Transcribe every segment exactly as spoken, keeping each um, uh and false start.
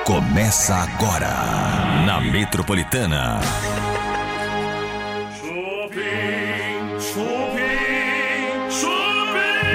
Começa agora na Metropolitana. Chupim, chupim, chupim.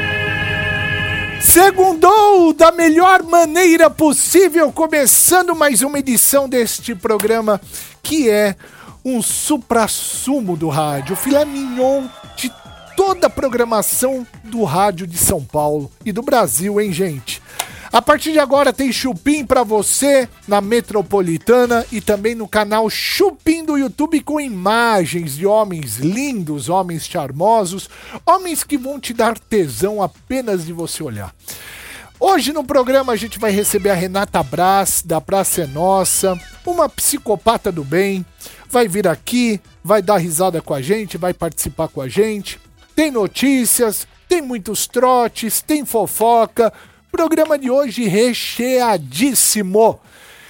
Segundou da melhor maneira possível, começando mais uma edição deste programa que é um suprassumo do rádio, filé mignon de toda a programação do rádio de São Paulo e do Brasil, hein, gente? A partir de agora tem Chupim pra você na Metropolitana e também no canal Chupim do YouTube com imagens de homens lindos, homens charmosos, homens que vão te dar tesão apenas de você olhar. Hoje no programa a gente vai receber a Renata Brás, da Praça é Nossa, uma psicopata do bem, vai vir aqui, vai dar risada com a gente, vai participar com a gente, tem notícias, tem muitos trotes, tem fofoca. Programa de hoje recheadíssimo.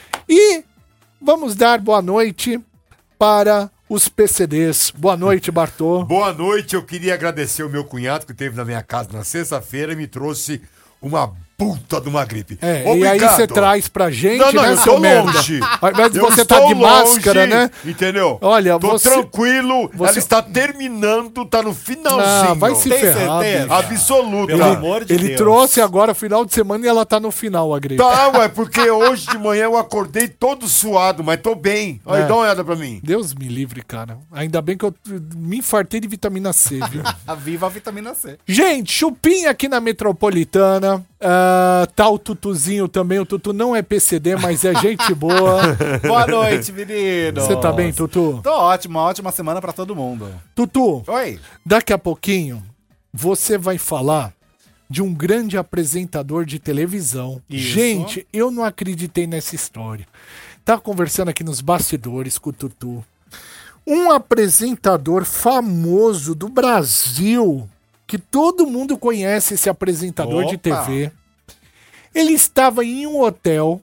E vamos dar boa noite para os P C Ds. Boa noite, Bartô. Boa noite, eu queria agradecer o meu cunhado que esteve na minha casa na sexta-feira e me trouxe uma puta de uma gripe. É, Obrigado. E aí você traz pra gente, não, não, né, eu seu tô merda? longe. Ao invés de Eu você tá estou de longe, máscara, né? Entendeu? Olha, tô você... tranquilo, você- ela está terminando, tá no finalzinho. Ah, vai se Tem ferrar, certeza? bicho. Absoluta. Pelo amor de Ele Deus. trouxe agora final de semana e ela tá no final, a gripe. Tá, ué, porque hoje de manhã eu acordei todo suado, mas tô bem. Olha, É. dá uma olhada pra mim. Deus me livre, cara. Ainda bem que eu me infartei de vitamina C, viu? A viva a vitamina C. Gente, Chupim aqui na Metropolitana. Ah, tá o Tutuzinho também. O Tutu não é P C D, mas é gente boa. Boa noite, menino. Você tá bem, Tutu? Tô ótimo, uma ótima semana pra todo mundo. Tutu, Oi. daqui a pouquinho você vai falar de um grande apresentador de televisão. Isso. Gente, eu não acreditei nessa história. Tava conversando aqui nos bastidores com o Tutu. Um apresentador famoso do Brasil, que todo mundo conhece esse apresentador de T Opa. V. Ele estava em um hotel.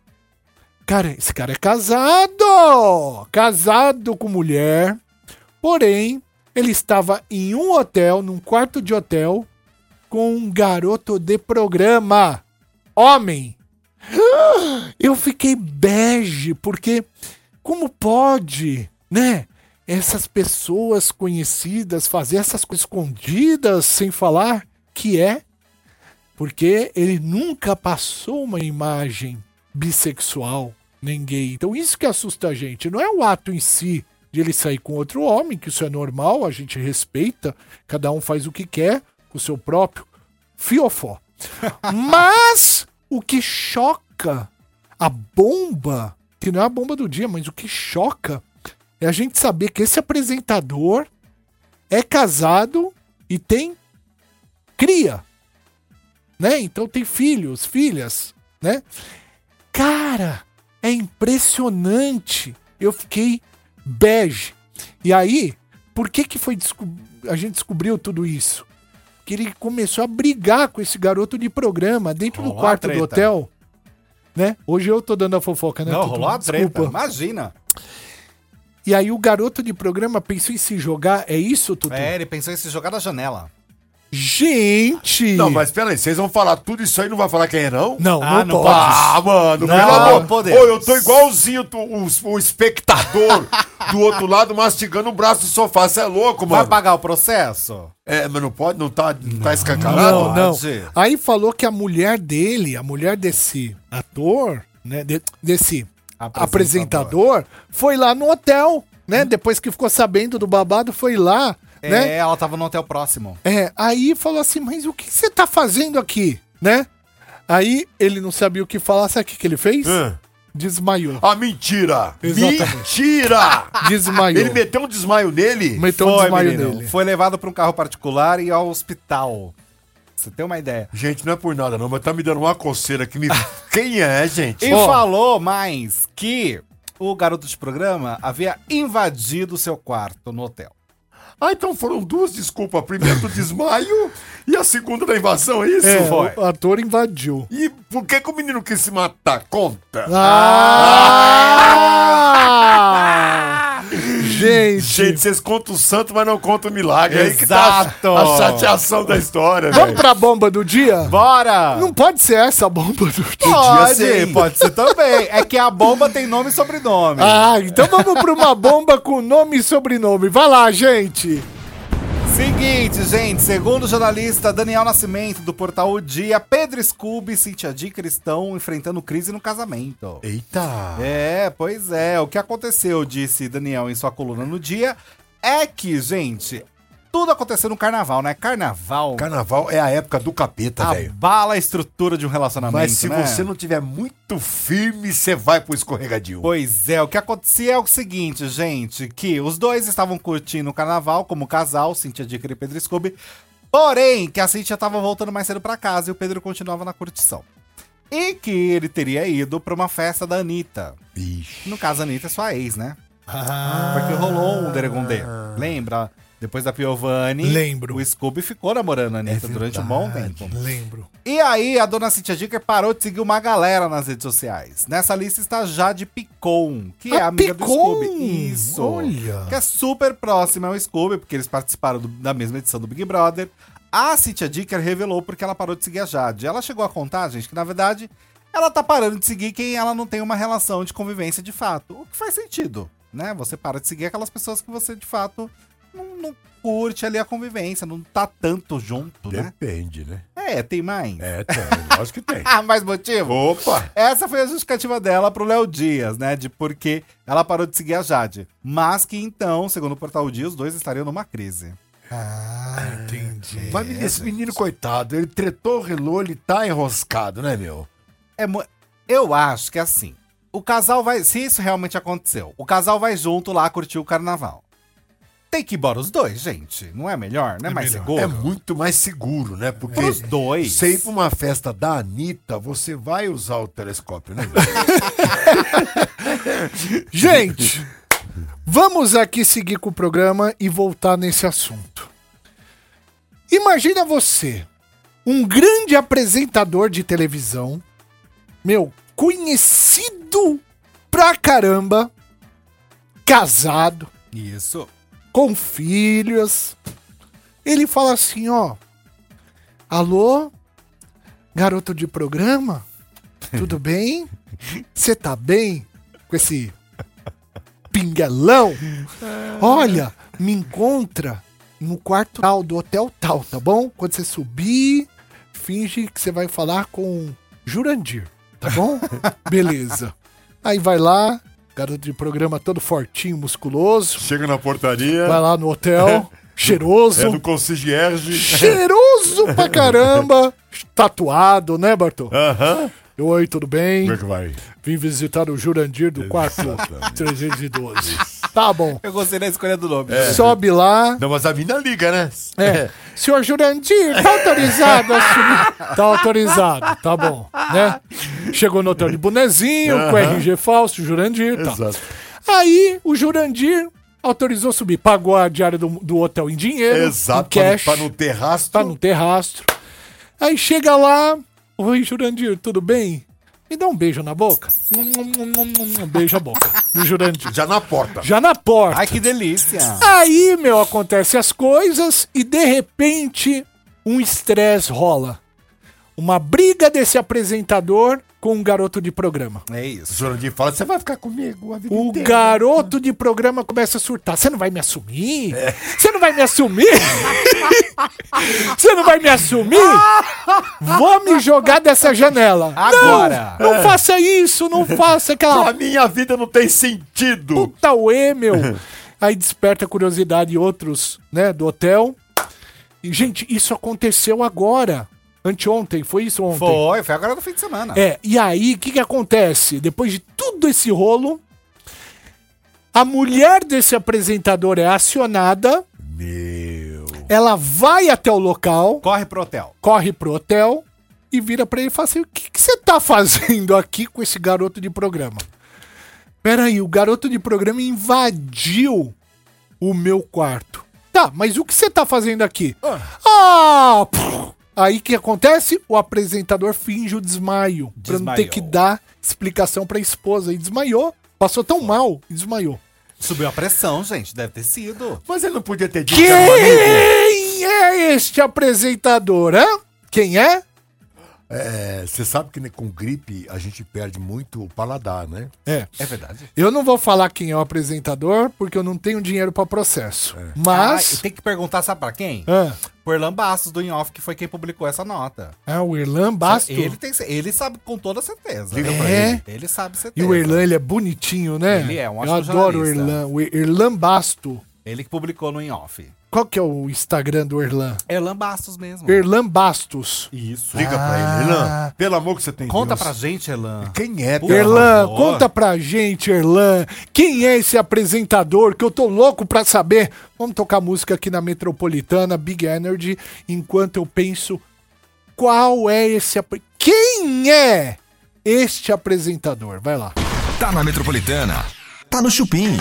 Cara, esse cara é casado! Casado com mulher. Porém, ele estava em um hotel, num quarto de hotel, com um garoto de programa. Homem. Eu fiquei bege, porque como pode, né? Essas pessoas conhecidas fazer essas coisas escondidas sem falar que é? Porque ele nunca passou uma imagem bissexual, nem gay. Então isso que assusta a gente. Não é o ato em si de ele sair com outro homem, que isso é normal, a gente respeita, cada um faz o que quer com o seu próprio fiofó. Mas o que choca, a bomba, que não é a bomba do dia, mas o que choca é a gente saber que esse apresentador é casado e tem cria, né? Então tem filhos, filhas, né? Cara, é impressionante. Eu fiquei bege. E aí, por que que foi desco- a gente descobriu tudo isso? Que ele começou a brigar com esse garoto de programa dentro do Rolou a quarto do treta. hotel, né? Hoje eu tô dando a fofoca, né? Não, Tutu? rolou a treta. Desculpa. Imagina. E aí o garoto de programa pensou em se jogar, é isso, Tutu? É, ele pensou em se jogar da janela. Gente! Não, mas peraí, vocês vão falar tudo isso aí e não vai falar quem é, não? Não, Ah, não, não pode. Ah, mano, Não, pelo amor. não podemos. Ô, eu tô igualzinho tu- o, o espectador do outro lado mastigando o braço do sofá. Você é louco, Vai mano. pagar o processo? É, mas não pode, não tá, não tá escancarado? Não, não. pode. Aí falou que a mulher dele, a mulher desse ator, né, de- desse Apresentador. apresentador, foi lá no hotel, né? Depois que ficou sabendo do babado, foi lá, É, né? ela tava no hotel próximo. É, aí falou assim, mas o que você tá fazendo aqui, né? Aí ele não sabia o que falar, sabe o que, que ele fez? Hã? Desmaiou. Ah, mentira! Exatamente. Mentira! Desmaiou. Ele meteu um desmaio nele? Meteu um Foi, desmaio menino. nele. Foi levado pra um carro particular e ao hospital. Você tem uma ideia. Gente, não é por nada não, mas tá me dando uma coceira que me... Quem é, gente? E Ó. falou mais que o garoto de programa havia invadido seu quarto no hotel. Ah, então foram duas desculpas. A primeira do desmaio e a segunda da invasão, é isso? É, foi. o ator invadiu. E por que, que o menino quis se matar? Conta. Ah! Gente. Gente, vocês contam o santo, mas não contam o milagre. Aí que Exato. tá a chateação da história, Vamos velho. pra bomba do dia? Bora! Não pode ser essa a bomba do dia. Pode, sim. pode ser também. É que a bomba tem nome e sobrenome. Ah, então vamos pra uma bomba com nome e sobrenome. Vai lá, gente. Seguinte, gente, segundo o jornalista Daniel Nascimento, do portal O Dia, Pedro Scooby e Cíntia Dicker estão enfrentando crise no casamento. Eita. É, pois é. O que aconteceu, disse Daniel em sua coluna no Dia, é que, gente, tudo aconteceu no carnaval, né? Carnaval Carnaval é a época do capeta, velho. abala a estrutura de um relacionamento, Mas se né? você não tiver muito firme, você vai pro escorregadio. Pois é, o que acontecia é o seguinte, gente, que os dois estavam curtindo o carnaval como casal, Cíntia Dicker e Pedro Scooby, porém, que a Cíntia tava voltando mais cedo pra casa e o Pedro continuava na curtição. E que ele teria ido pra uma festa da Anitta. Ixi. No caso, a Anitta é sua ex, né? Porque rolou um deregondê. Lembra? Depois da Piovani, Lembro. o Scooby ficou namorando a Anitta durante um bom tempo. Lembro. E aí, a dona Cíntia Dicker parou de seguir uma galera nas redes sociais. Nessa lista está Jade Picon, que é A amiga Picon! do Scooby. Isso. Olha. Que é super próxima ao Scooby, porque eles participaram do- da mesma edição do Big Brother. A Cíntia Dicker revelou porque ela parou de seguir a Jade. Ela chegou a contar, gente, que na verdade ela tá parando de seguir quem ela não tem uma relação de convivência de fato. O que faz sentido, né? Você para de seguir aquelas pessoas que você de fato não, não curte ali a convivência, não tá tanto junto, né? Depende, né? É, tem mais. É, tem. Lógico que tem. Ah, mais motivo? Opa! Essa foi a justificativa dela pro Léo Dias, né? De por que ela parou de seguir a Jade. Mas que então, segundo o Portal Dia, os dois estariam numa crise. Ah, entendi. Mas esse menino, coitado, ele tretou, relou, ele tá enroscado, né, meu? É, mo- eu acho que assim, o casal vai... Se isso realmente aconteceu, o casal vai junto lá curtir o carnaval. Tem que ir embora os dois, gente. Não é melhor? Não é, É mais melhor. seguro? É muito mais seguro, né? Porque Pros dois. você ir pra uma festa da Anitta, você vai usar o telescópio, né? Gente, vamos aqui seguir com o programa e voltar nesse assunto. Imagina você, um grande apresentador de televisão, meu, conhecido pra caramba, casado, Isso. com filhos. Ele fala assim, ó: alô, garoto de programa, tudo bem? Você tá bem com esse pinguelão? Olha, me encontra no quarto tal do hotel tal, tá bom? Quando você subir, finge que você vai falar com Jurandir, tá bom? Beleza. Aí vai lá, garoto de programa todo fortinho, musculoso. Chega na portaria, Vai lá no hotel, cheiroso. é do concierge. Cheiroso pra caramba. Tatuado, né, Bartô? Aham. Oi, tudo bem? Como é que vai? Vim visitar o Jurandir do quarto trezentos e doze. Tá bom. Eu gostei da escolha do nome. Sobe lá. Não, mas a mina liga, né? É. Senhor Jurandir, tá autorizado a subir? Tá autorizado, tá bom, né? Chegou no hotel de bonezinho, com R G falso, Jurandir, tá. Exato. Aí o Jurandir autorizou subir, pagou a diária do, do hotel em dinheiro, Exato, em pra, não- cash, pra não ter rastro. pra não ter rastro. Aí chega lá, oi Jurandir, tudo bem? Me dá um beijo na boca. Um beijo a boca do Jurandir. Já na porta. Já na porta. Ai, que delícia. Aí, meu, acontecem as coisas e de repente um estresse rola. Uma briga desse apresentador com um garoto de programa. É O isso. Jurandir fala, você vai ficar comigo a vida O inteira. garoto de programa começa a surtar. Você não vai me assumir? Você não vai me assumir? Você não vai me assumir? Vou me jogar dessa janela. Agora. Não, não faça isso, não faça aquela A minha vida não tem sentido. puta uê, meu. Aí desperta a curiosidade de outros, né, do hotel. E, gente, isso aconteceu agora. Anteontem, foi isso ontem? Foi, foi agora no fim de semana. É, e aí, o que que acontece? Depois de tudo esse rolo, a mulher desse apresentador é acionada, Meu. ela vai até o local, Corre pro hotel. corre pro hotel e vira pra ele e fala assim, o que que você tá fazendo aqui com esse garoto de programa? Peraí, o garoto de programa invadiu o meu quarto. Tá, mas o que você tá fazendo aqui? Ah, pff. Aí o que acontece? O apresentador finge o desmaio. Pra não ter Desmaiou. que dar explicação pra esposa. E desmaiou. Passou tão mal e desmaiou. Subiu a pressão, gente. Deve ter sido. Mas ele não podia ter dito que era um amigo. Quem é este apresentador, hã? Quem é? É, você sabe que né, com gripe a gente perde muito o paladar, né? É. É verdade. Eu não vou falar quem é o apresentador, porque eu não tenho dinheiro pra processo. Ah, Mas... tem que perguntar, sabe pra quem? Ah, O Erlan Bastos, do In-Off, que foi quem publicou essa nota. é o Erlan Basto. Ele, tem, ele sabe com toda certeza. Liga É? pra ele. Ele sabe E certeza. o Erlan, ele é bonitinho, né? Ele é um Eu ótimo adoro o jornalista. Erlan. O Erlan Basto. Ele que publicou no In-Off. Qual que é o Instagram do Erlan? Erlan Bastos mesmo. Erlan Bastos. Isso. Liga pra ele, Erlan. Pelo amor que você tem Conta Deus. pra gente, Erlan. Quem é, Por pelo Erlan, favor. conta pra gente, Erlan. Quem é esse apresentador que eu tô louco pra saber? Vamos tocar música aqui na Metropolitana, Big Energy, enquanto eu penso qual é esse... apre- Quem é este apresentador? Vai lá. Tá na Metropolitana. Tá no Chupim.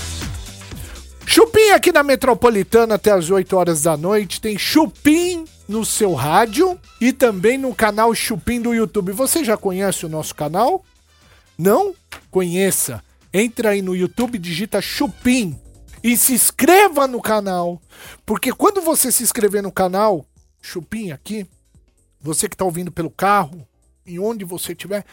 Chupim aqui na Metropolitana até as oito horas da noite. Tem Chupim no seu rádio e também no canal Chupim do YouTube. Você já conhece o nosso canal? Não? Conheça. Entra aí no YouTube, digita Chupim e se inscreva no canal. Porque quando você se inscrever no canal Chupim aqui, você que tá ouvindo pelo carro, em onde você estiver,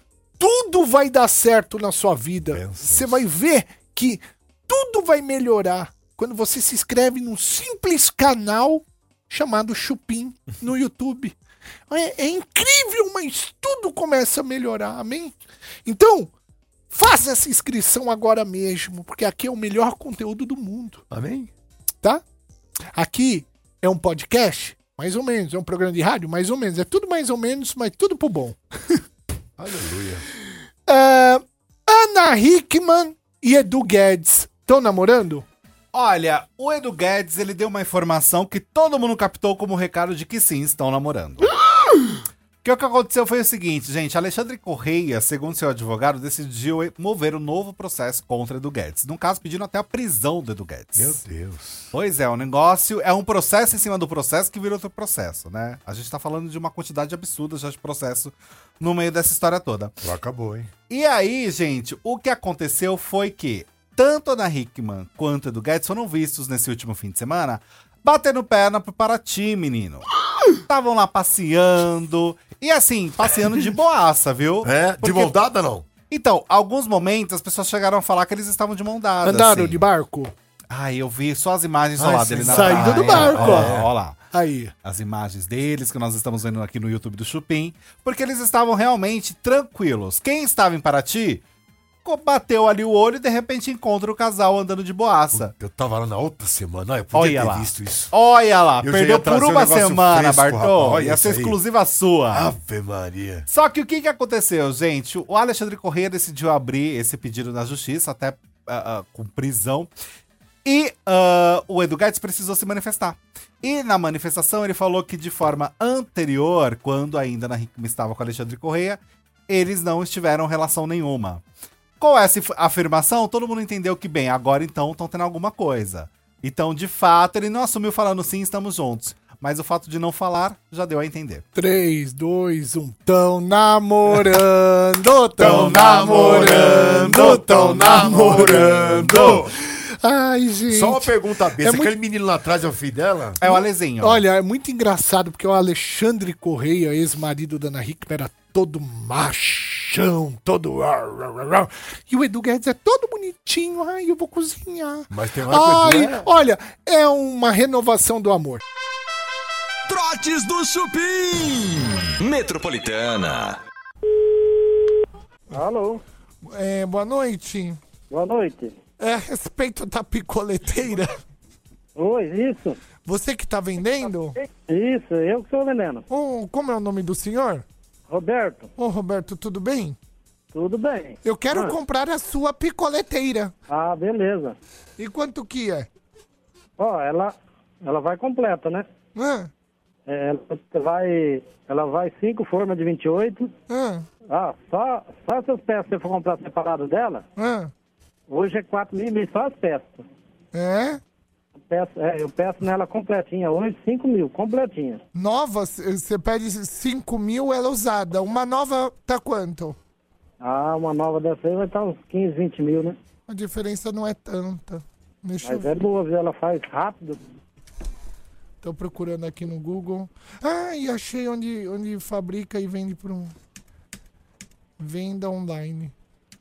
tudo vai dar certo na sua vida. Você vai ver que tudo vai melhorar quando você se inscreve num simples canal chamado Chupim no YouTube. É, é incrível, mas tudo começa a melhorar, amém? Então, faça essa inscrição agora mesmo, porque aqui é o melhor conteúdo do mundo, Amém? tá? Aqui é um podcast, mais ou menos, é um programa de rádio, mais ou menos, é tudo mais ou menos, mas tudo pro bom. Aleluia. Ah, Ana Hickman e Edu Guedes estão namorando? Olha, o Edu Guedes, ele deu uma informação que todo mundo captou como recado de que sim, estão namorando. Porque o que aconteceu foi o seguinte, gente, Alexandre Correia, segundo seu advogado, decidiu mover um novo processo contra Edu Guedes. No caso, pedindo até a prisão do Edu Guedes. Meu Deus. Pois é, o negócio é um processo em cima do processo que vira outro processo, né? A gente tá falando de uma quantidade absurda já de processo no meio dessa história toda. Já acabou, hein? E aí, gente, o que aconteceu foi que tanto a Ana Hickman quanto Edu Guedes foram vistos nesse último fim de semana batendo perna pro Paraty, menino. Estavam lá passeando, e assim, passeando de boaça, viu? É, de Porque- mão dada, não? Então, alguns momentos as pessoas chegaram a falar que eles estavam de mão dada. Andaram assim. de barco? Ai, eu vi só as imagens Ai, lá dele na saindo do praia. barco, ó. É, ó lá. Aí. As imagens deles que nós estamos vendo aqui no YouTube do Chupim, porque eles estavam realmente tranquilos. Quem estava em Paraty, co- bateu ali o olho e de repente encontra o casal andando de boaça. Eu tava lá na outra semana, eu podia Olha ter lá. visto isso. Olha lá, Eu já perdeu ia trazer por um uma negócio semana, fresco, Bartô. rapaz, olha Ia ser isso aí. exclusiva sua. Ave Maria. Só que o que, que aconteceu, gente? O Alexandre Correia decidiu abrir esse pedido na justiça, até ah, ah, com prisão. E ah, o Edu Guedes precisou se manifestar. E na manifestação ele falou que de forma anterior, quando ainda Ana Hickman estava com o Alexandre Correia, eles não estiveram relação nenhuma. Com essa if- afirmação, todo mundo entendeu que, bem, agora então estão tendo alguma coisa. Então, de fato, ele não assumiu falando sim, estamos juntos. Mas o fato de não falar já deu a entender. três, dois, um. Tão namorando, tão namorando, tão namorando. Ai, gente. Só uma pergunta besta, É muito- aquele menino lá atrás é o filho dela? É o Alezinho. Olha, é muito engraçado porque o Alexandre Correia, ex-marido da Ana Hickman, era todo machão, todo... E o Edu Guedes é todo bonitinho. Ai, eu vou cozinhar. Mas tem hora que o Ai, Edu é- olha, é uma renovação do amor. Trotes do Chupim. Metropolitana. Alô, É, boa noite. boa noite. É a respeito da picoleteira. Oi, isso? Você que tá vendendo? Isso, eu que sou o veneno. Oh, como é o nome do senhor? Roberto, Ô, Roberto, tudo bem? tudo bem? Eu quero Ah. comprar a sua picoleteira. Ah, beleza. E quanto que é? Ó, ela, ela vai completa, né? Hã? É, Ela vai, ela vai cinco formas de vinte e oito. Hã? Ah, só, só essas peças que você for comprar separado dela, Hã? hoje é quatro mil e meio, só as peças. É? Peço, é, eu peço nela completinha, hoje cinco mil, completinha. Nova, você pede cinco mil, ela usada. Uma nova tá quanto? Ah, uma nova dessa aí vai estar uns quinze, vinte mil, né? A diferença não é tanta. Deixa eu Mas é boa, viu? Ela faz rápido. Tô procurando aqui no Google. Ah, e achei onde, onde fabrica e vende por um... Venda online.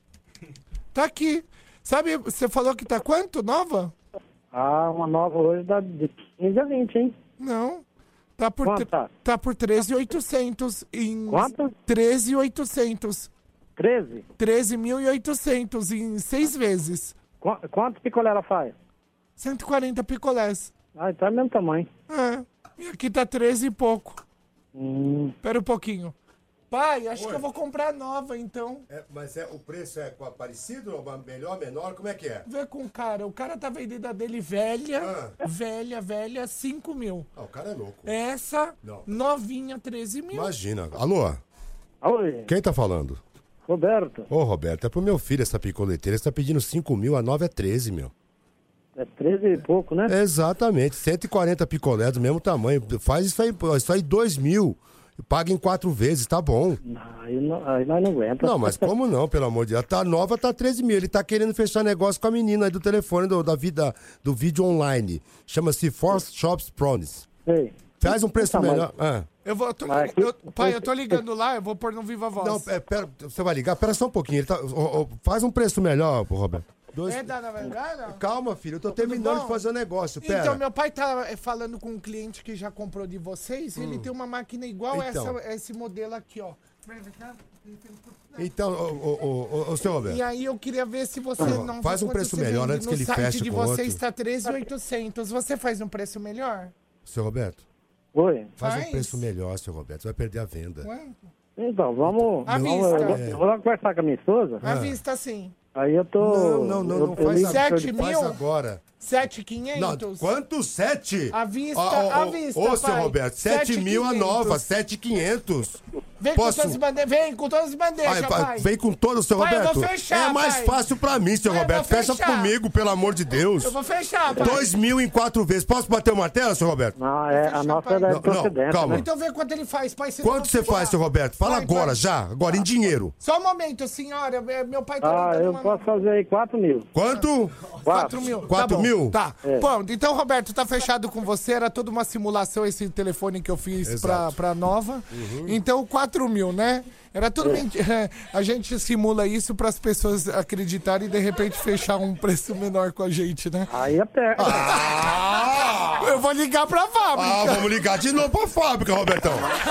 Tá aqui. Sabe, você falou que tá quanto? Nova? Ah, uma nova hoje dá de quinze a vinte, hein? Não. Tá por, Quanto tre- tá? tá por treze mil e oitocentos em... Quanto? treze mil e oitocentos. treze? treze mil e oitocentos em seis vezes. Qu- Quanto picolé ela faz? cento e quarenta picolés. Ah, então é o mesmo tamanho. É. E aqui tá treze e pouco. Hum, Espera um pouquinho. Pai, acho que eu vou comprar nova, então. É, mas é, o preço é parecido, melhor, menor? Como é que é? Vê com o cara. O cara tá vendendo a dele velha, Ah. velha, velha, cinco mil. Ah, o cara é louco. Essa, Não. novinha, treze mil. Imagina. Alô, Oi, quem tá falando? Roberto, Ô, Roberto, é pro meu filho essa picoleteira. Você tá pedindo cinco mil, a nova é treze, meu. é treze e pouco, né? Exatamente, cento e quarenta picolés do mesmo tamanho. Faz isso aí, isso aí dois mil. Paga em quatro vezes, tá bom. Aí, não, aí nós não aguenta. Não, mas como não, pelo amor de Deus? Tá nova, tá treze mil. Ele tá querendo fechar negócio com a menina aí do telefone, do, da vida, do vídeo online. Chama-se Force Shops Promise. Sei. Faz um preço Tá, mas- melhor. Ah. Eu vou, eu tô, Mas eu- aqui- pai, eu tô ligando lá, eu vou pôr no Viva Voz. Não, é, pera, você vai ligar? Pera só um pouquinho. Ele tá, ó, ó, faz um preço melhor, pô, Roberto. Dois... É da Navegada? Calma, filho, eu tô terminando bom? de fazer o negócio. Pera. Então, meu pai tá é, falando com um cliente que já comprou de vocês, e ele tem uma máquina igual Então. essa, esse modelo aqui, ó. Então, ô, ô, ô, ô, ô, seu Roberto. E aí eu queria ver se você Ah, não faz um quanto preço você melhor vende. antes que No ele site feche de com vocês outro. tá treze mil e oitocentos. Você faz um preço melhor? Seu Roberto, Oi. faz, Faz. um preço melhor, seu Roberto. Você vai perder a venda. Ué? Então, vamos. À vamos vista. eu, vou, eu vou lá conversar com a minha esposa. À vista, sim. Aí eu tô. Não, não, não, eu, não eu faz ligo- agora. Sete Faz mil? agora. sete mil e Não, quinhentos. quanto? Sete? À vista, Ó, ó, à ó, vista, Ô, seu pai. Roberto, sete Sete mil a quinhentos. nova, sete e quinhentos. Vem Posso- com todas as bandeiras, vem com todas as bandeiras, Ai, pa- pai. vem com todo, seu Pai, eu Roberto. vou fechar, é mais pai. fácil pra mim, seu Pai, eu Roberto. vou Fecha fechar. comigo, pelo amor de Deus. Eu vou fechar, pai. Dois mil em quatro vezes. Posso bater o martelo, seu Roberto? Não, é, a Fechar, nossa pai. é da Não, não, procedência, calma. né? Então vê quanto ele faz, pai. senão eu Quanto vou você fechar. faz, seu Roberto? Fala Vai, agora, vai. já. Agora, em dinheiro. Só um momento, senhora. é, Meu pai tá Ah, tentando eu uma- posso fazer aí quatro mil. Quanto? quatro mil. Quatro tá bom. mil? Tá. Bom, então, Roberto, tá fechado com você. Era toda uma simulação esse telefone que eu fiz pra, Exato. pra nova. Então, quatro mil, né? Era tudo mentira. A gente simula isso para as pessoas acreditarem e de repente fechar um preço menor com a gente, né? Aí é perto. Ah! Eu vou ligar pra Ah, fábrica. vamos ligar de novo pra fábrica, Robertão.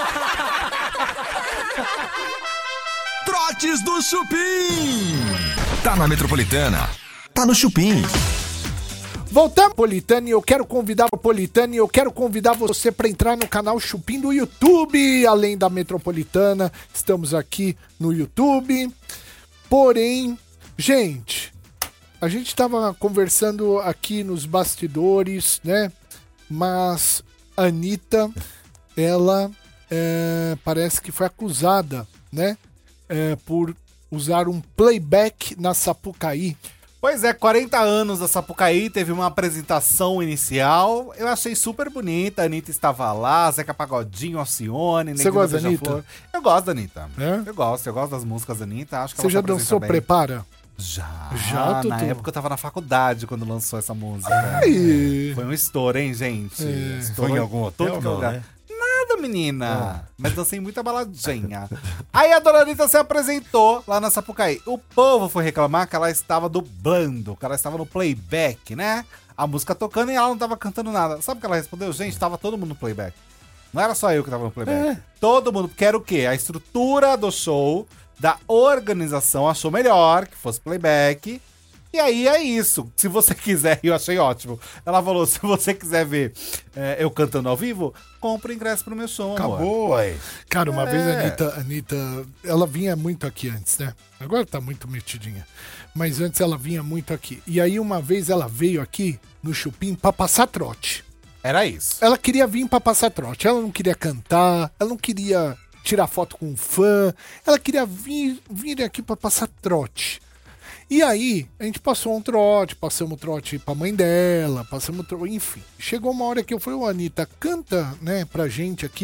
Trotes do Chupim. Tá na Metropolitana. Tá no Chupim. Voltamos, Politano, e eu quero convidar o Politano e eu quero convidar você para entrar no canal Chupim do YouTube, além da Metropolitana. Estamos aqui no YouTube. Porém, gente, a gente estava conversando aqui nos bastidores, né? Mas a Anitta, ela é, parece que foi acusada, né? É, por usar um playback na Sapucaí. Pois é, quarenta anos da Sapucaí, teve uma apresentação inicial. Eu achei super bonita. A Anitta estava lá, Zeca Pagodinho, Alcione. Você Neguinho gosta da Beija-Flor. Anitta? Eu gosto da Anitta. É? Eu gosto, eu gosto das músicas da Anitta. Acho que Você ela já se apresenta dançou bem. Prepara? Já. Já, Na Tutu? época eu tava na faculdade quando lançou essa música. Ai. Foi um estouro, hein, gente? Estourou Foi em algum hotel, tudo que é não, lugar. né? Nada, menina. Mas dancei muita baladinha. Aí a dona Anitta se apresentou lá na Sapucaí. O povo foi reclamar que ela estava dublando, que ela estava no playback, né? A música tocando e ela não tava cantando nada. Sabe o que ela respondeu? Gente, tava todo mundo no playback. Não era só eu que tava no playback. Todo mundo, porque era o quê? A estrutura do show, da organização, achou melhor que fosse playback. E aí é isso. Se você quiser, eu achei ótimo. Ela falou, se você quiser ver é, eu cantando ao vivo, compra o ingresso pro meu show, amor. Acabou, ué. Cara, uma É. vez a Anitta, a Anitta, ela vinha muito aqui antes, né? Agora tá muito metidinha. Mas antes ela vinha muito aqui. E aí uma vez ela veio aqui no Chupim pra passar trote. Era isso. Ela queria vir pra passar trote. Ela não queria cantar, ela não queria tirar foto com um fã. Ela queria vir, vir aqui pra passar trote. E aí, a gente passou um trote, passamos um trote pra mãe dela, passamos um trote, enfim. Chegou uma hora que eu falei, ô Anitta, canta, né, pra gente aqui.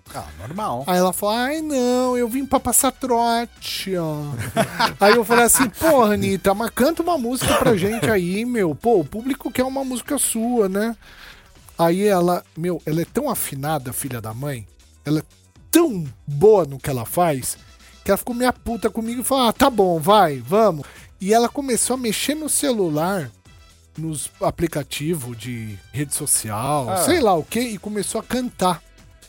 Ah, normal. Aí ela falou, ai não, eu vim pra passar trote, ó. Aí eu falei assim, porra, Anitta, mas canta uma música pra gente aí, meu. Pô, o público quer uma música sua, né? Aí ela, meu, ela é tão afinada, filha da mãe, ela é tão boa no que ela faz, que ela ficou meia puta comigo e falou, ah, tá bom, vai, vamos. E ela começou a mexer no celular, nos aplicativos de rede social, Ah. sei lá o que, e começou a cantar.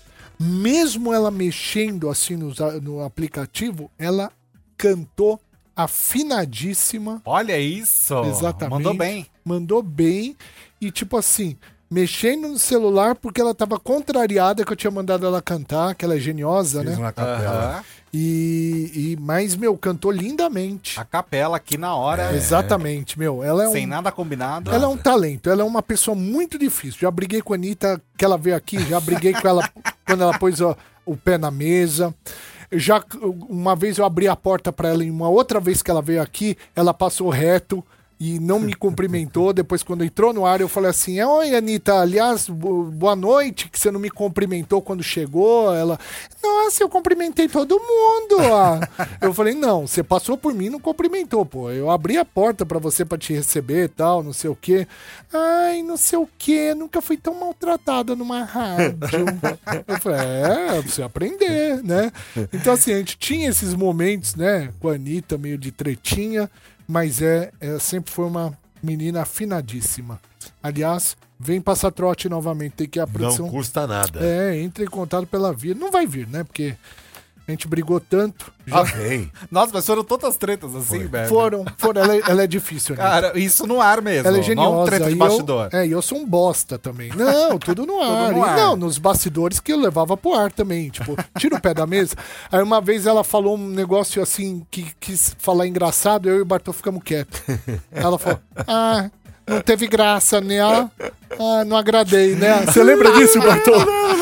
Mesmo ela mexendo assim no, no aplicativo, ela cantou afinadíssima. Olha isso. Exatamente. Mandou bem. Mandou bem. E tipo assim, mexendo no celular porque ela tava contrariada que eu tinha mandado ela cantar, que ela é geniosa, Fez né? uma capela. Aham. E, e mas, meu, cantou lindamente. A capela aqui na hora. Exatamente, meu. Ela é um, Sem nada combinado. ela é um talento, ela é uma pessoa muito difícil. Já briguei com a Anitta, que ela veio aqui, já briguei com ela quando ela pôs ó, o pé na mesa. Já uma vez eu abri a porta pra ela e uma outra vez que ela veio aqui, ela passou reto e não me cumprimentou. Depois, quando entrou no ar, eu falei assim, oi, Anitta, aliás, bo- boa noite, que você não me cumprimentou quando chegou. Ela, nossa, eu cumprimentei todo mundo. Ah. Eu falei, não, você passou por mim e não cumprimentou, pô. Eu abri a porta pra você pra te receber e tal, não sei o quê. Ai, não sei o quê, nunca fui tão maltratada numa rádio. Eu falei, é, você aprender, né? Então, assim, a gente tinha esses momentos, né, com a Anitta, meio de tretinha, mas é, é, sempre foi uma menina afinadíssima. Aliás, vem passar trote novamente, tem que ir a produção. Não custa nada. É, entre em contato pela via. Não vai vir, né? Porque a gente brigou tanto. Já Ah, vem. Nossa, mas foram tantas tretas assim, velho. foram, foram. Ela, é- ela é difícil, né? Cara, isso no ar mesmo. Ela é Não geniosa. treta de e bastidor. Eu, é, e eu sou um bosta também. Não, tudo no ar. no E ar. não, nos bastidores que eu levava pro ar também. Tipo, tira o pé da mesa. Aí uma vez ela falou um negócio assim, que quis falar engraçado, eu e o Bartô ficamos quietos. Ela falou, ah, não teve graça, né? Ah, não agradei, né? Você lembra disso, Bartô?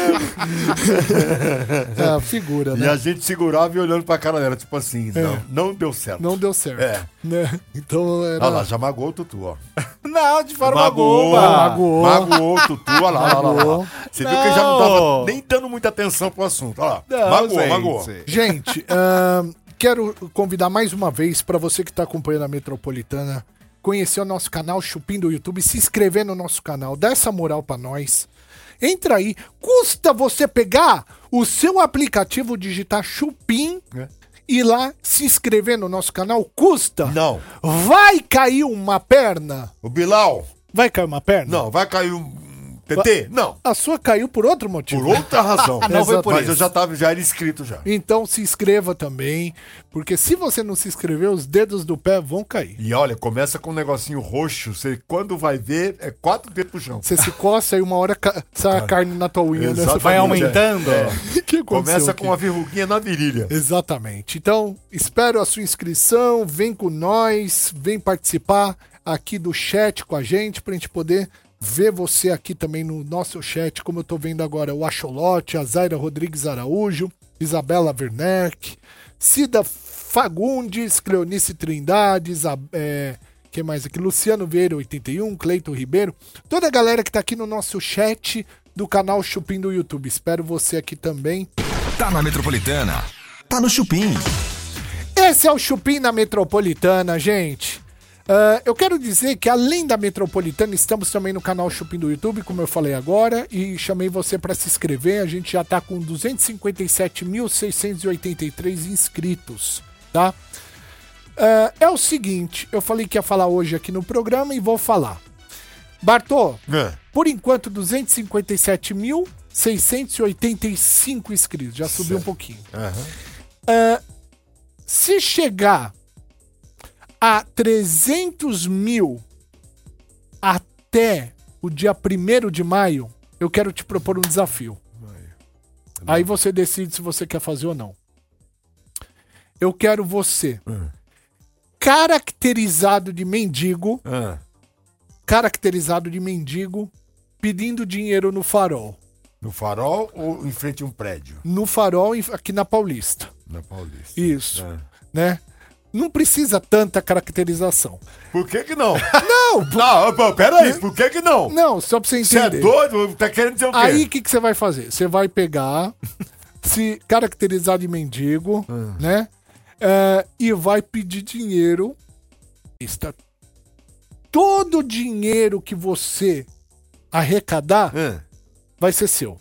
É, figura, E né? a gente segurava e olhando pra cara dela, tipo assim, não, não deu certo. Não deu certo. É. Né? Então era... Olha lá, já magoou o Tutu, ó. Não, de forma Magoou, alguma. Magoou. magoou o Tutu, olha lá, olha lá, olha lá. Magoou. Você viu que ele já não tava Não. nem dando muita atenção pro assunto, olha lá. Não, magoou, gente. magoou. Gente, ahn, quero convidar mais uma vez para você que está acompanhando a Metropolitana, conhecer o nosso canal Chupim do YouTube, se inscrever no nosso canal, dá essa moral para nós. Entra aí, custa você pegar o seu aplicativo, digitar Chupim É. e lá se inscrever no nosso canal, custa. Não. Vai cair uma perna? O Bilal, Vai cair uma perna? não, vai cair um T T? Não. A sua caiu por outro motivo. Por outra razão. Não foi por Mas isso. eu já tava, já era inscrito já. Então se inscreva também, porque se você não se inscrever, os dedos do pé vão cair. E olha, começa com um negocinho roxo, você quando vai ver, é quatro dedos pro chão. Você se coça e uma hora ca- sai a carne na tua unha, né? Você Exatamente. Vai fala, aumentando. "O que aconteceu Começa aqui?" com uma verruguinha na virilha. Exatamente. Então, espero a sua inscrição, vem com nós, vem participar aqui do chat com a gente, pra gente poder ver você aqui também no nosso chat, como eu tô vendo agora, o Acholote, a Zaira Rodrigues Araújo, Isabela Werneck, Cida Fagundes, Cleonice Trindade, Isa- é, que mais aqui? Luciano Vieira, oitenta e um, Cleiton Ribeiro, toda a galera que tá aqui no nosso chat do canal Chupim do YouTube. Espero você aqui também. Tá na Metropolitana. Tá no Chupim. Esse é o Chupim na Metropolitana, gente. Ah, eu quero dizer que além da Metropolitana, estamos também no canal Chupim do YouTube, como eu falei agora, e chamei você para se inscrever. A gente já tá com duzentos e cinquenta e sete mil seiscentos e oitenta e três inscritos, tá? Ah, é o seguinte, eu falei que ia falar hoje aqui no programa e vou falar. Bartô, É. por enquanto, duzentos e cinquenta e sete mil seiscentos e oitenta e cinco inscritos, já subiu um pouquinho. Ah, se chegar a trezentos mil até o dia primeiro de maio, eu quero te propor um desafio. Aí você decide se você quer fazer ou não. Eu quero você caracterizado de mendigo, Ah, caracterizado de mendigo, pedindo dinheiro no farol. no farol ou em frente a um prédio? No farol em- aqui na Paulista. Na Paulista. Isso, É. né? Não precisa tanta caracterização. Por que que não? Não, Não, pô, pera aí, por que que não? não, só pra você Você é entender. doido? Tá querendo dizer o quê? Aí o que, que você vai fazer? Você vai pegar, se caracterizar de mendigo, né? É, e vai pedir dinheiro. Está todo o dinheiro que você arrecadar É. vai ser seu.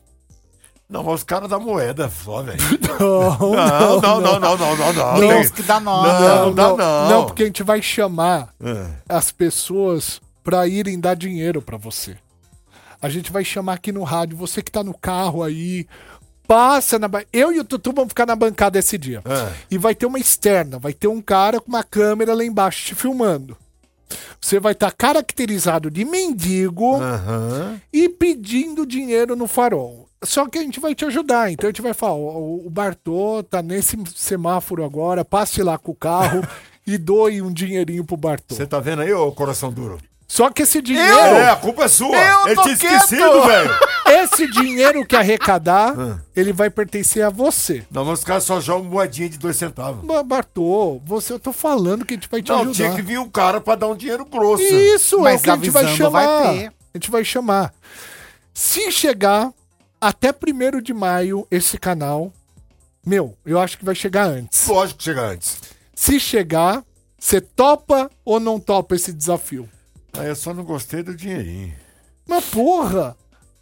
Não, mas os caras da moeda só, velho. Não, Não, não, não, não, não, não, não. Tem Tem- uns que dá nome. Não, não dá não. Não, porque a gente vai chamar É. as pessoas pra irem dar dinheiro pra você. A gente vai chamar aqui no rádio, você que tá no carro aí, passa na... ba- Eu e o Tutu vamos ficar na bancada esse dia. É. E vai ter uma externa, vai ter um cara com uma câmera lá embaixo te filmando. Você vai estar caracterizado de mendigo Aham. e pedindo dinheiro no farol. Só que a gente vai te ajudar. Então a gente vai falar: o, o Bartô tá nesse semáforo agora, passe lá com o carro e doe um dinheirinho pro Bartô. Você tá vendo aí, ô coração duro? Só que esse dinheiro, É, a culpa é sua. Eu Ele tô tinha quieto. esquecido, velho. esse dinheiro que arrecadar, Ah. ele vai pertencer a você. Não, mas os caras só jogam moedinha de dois centavos. Ba- Bartô, você, eu tô falando que a gente vai te Não, ajudar. tinha que vir um cara pra dar um dinheiro grosso. Isso, é Mas o que a gente vai avisando vai chamar. ter. A gente vai chamar. Se chegar até primeiro de maio esse canal, meu, eu acho que vai chegar antes. Lógico que chega antes. Se chegar, você topa ou não topa esse desafio? Aí eu só não gostei do dinheirinho. Mas porra,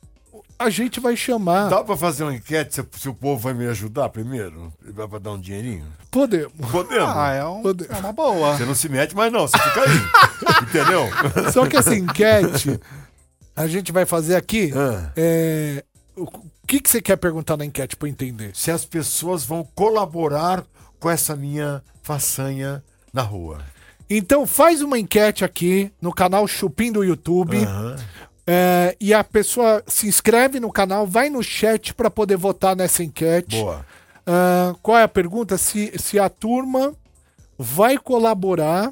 a gente vai chamar. Dá pra fazer uma enquete se, se o povo vai me ajudar primeiro? Vai pra dar um dinheirinho? Podemos. Podemos. Ah, é, um- Pode- é uma boa. Você não se mete mais não, você fica aí. Entendeu? Só que essa enquete, a gente vai fazer aqui. Ah. É, o que, que você quer perguntar na enquete pra eu entender? Se as pessoas vão colaborar com essa minha façanha na rua. Então faz uma enquete aqui no canal Chupim do YouTube. Aham. É, e a pessoa se inscreve no canal, vai no chat pra poder votar nessa enquete. Boa. Ah, qual é a pergunta? Se, se a turma vai colaborar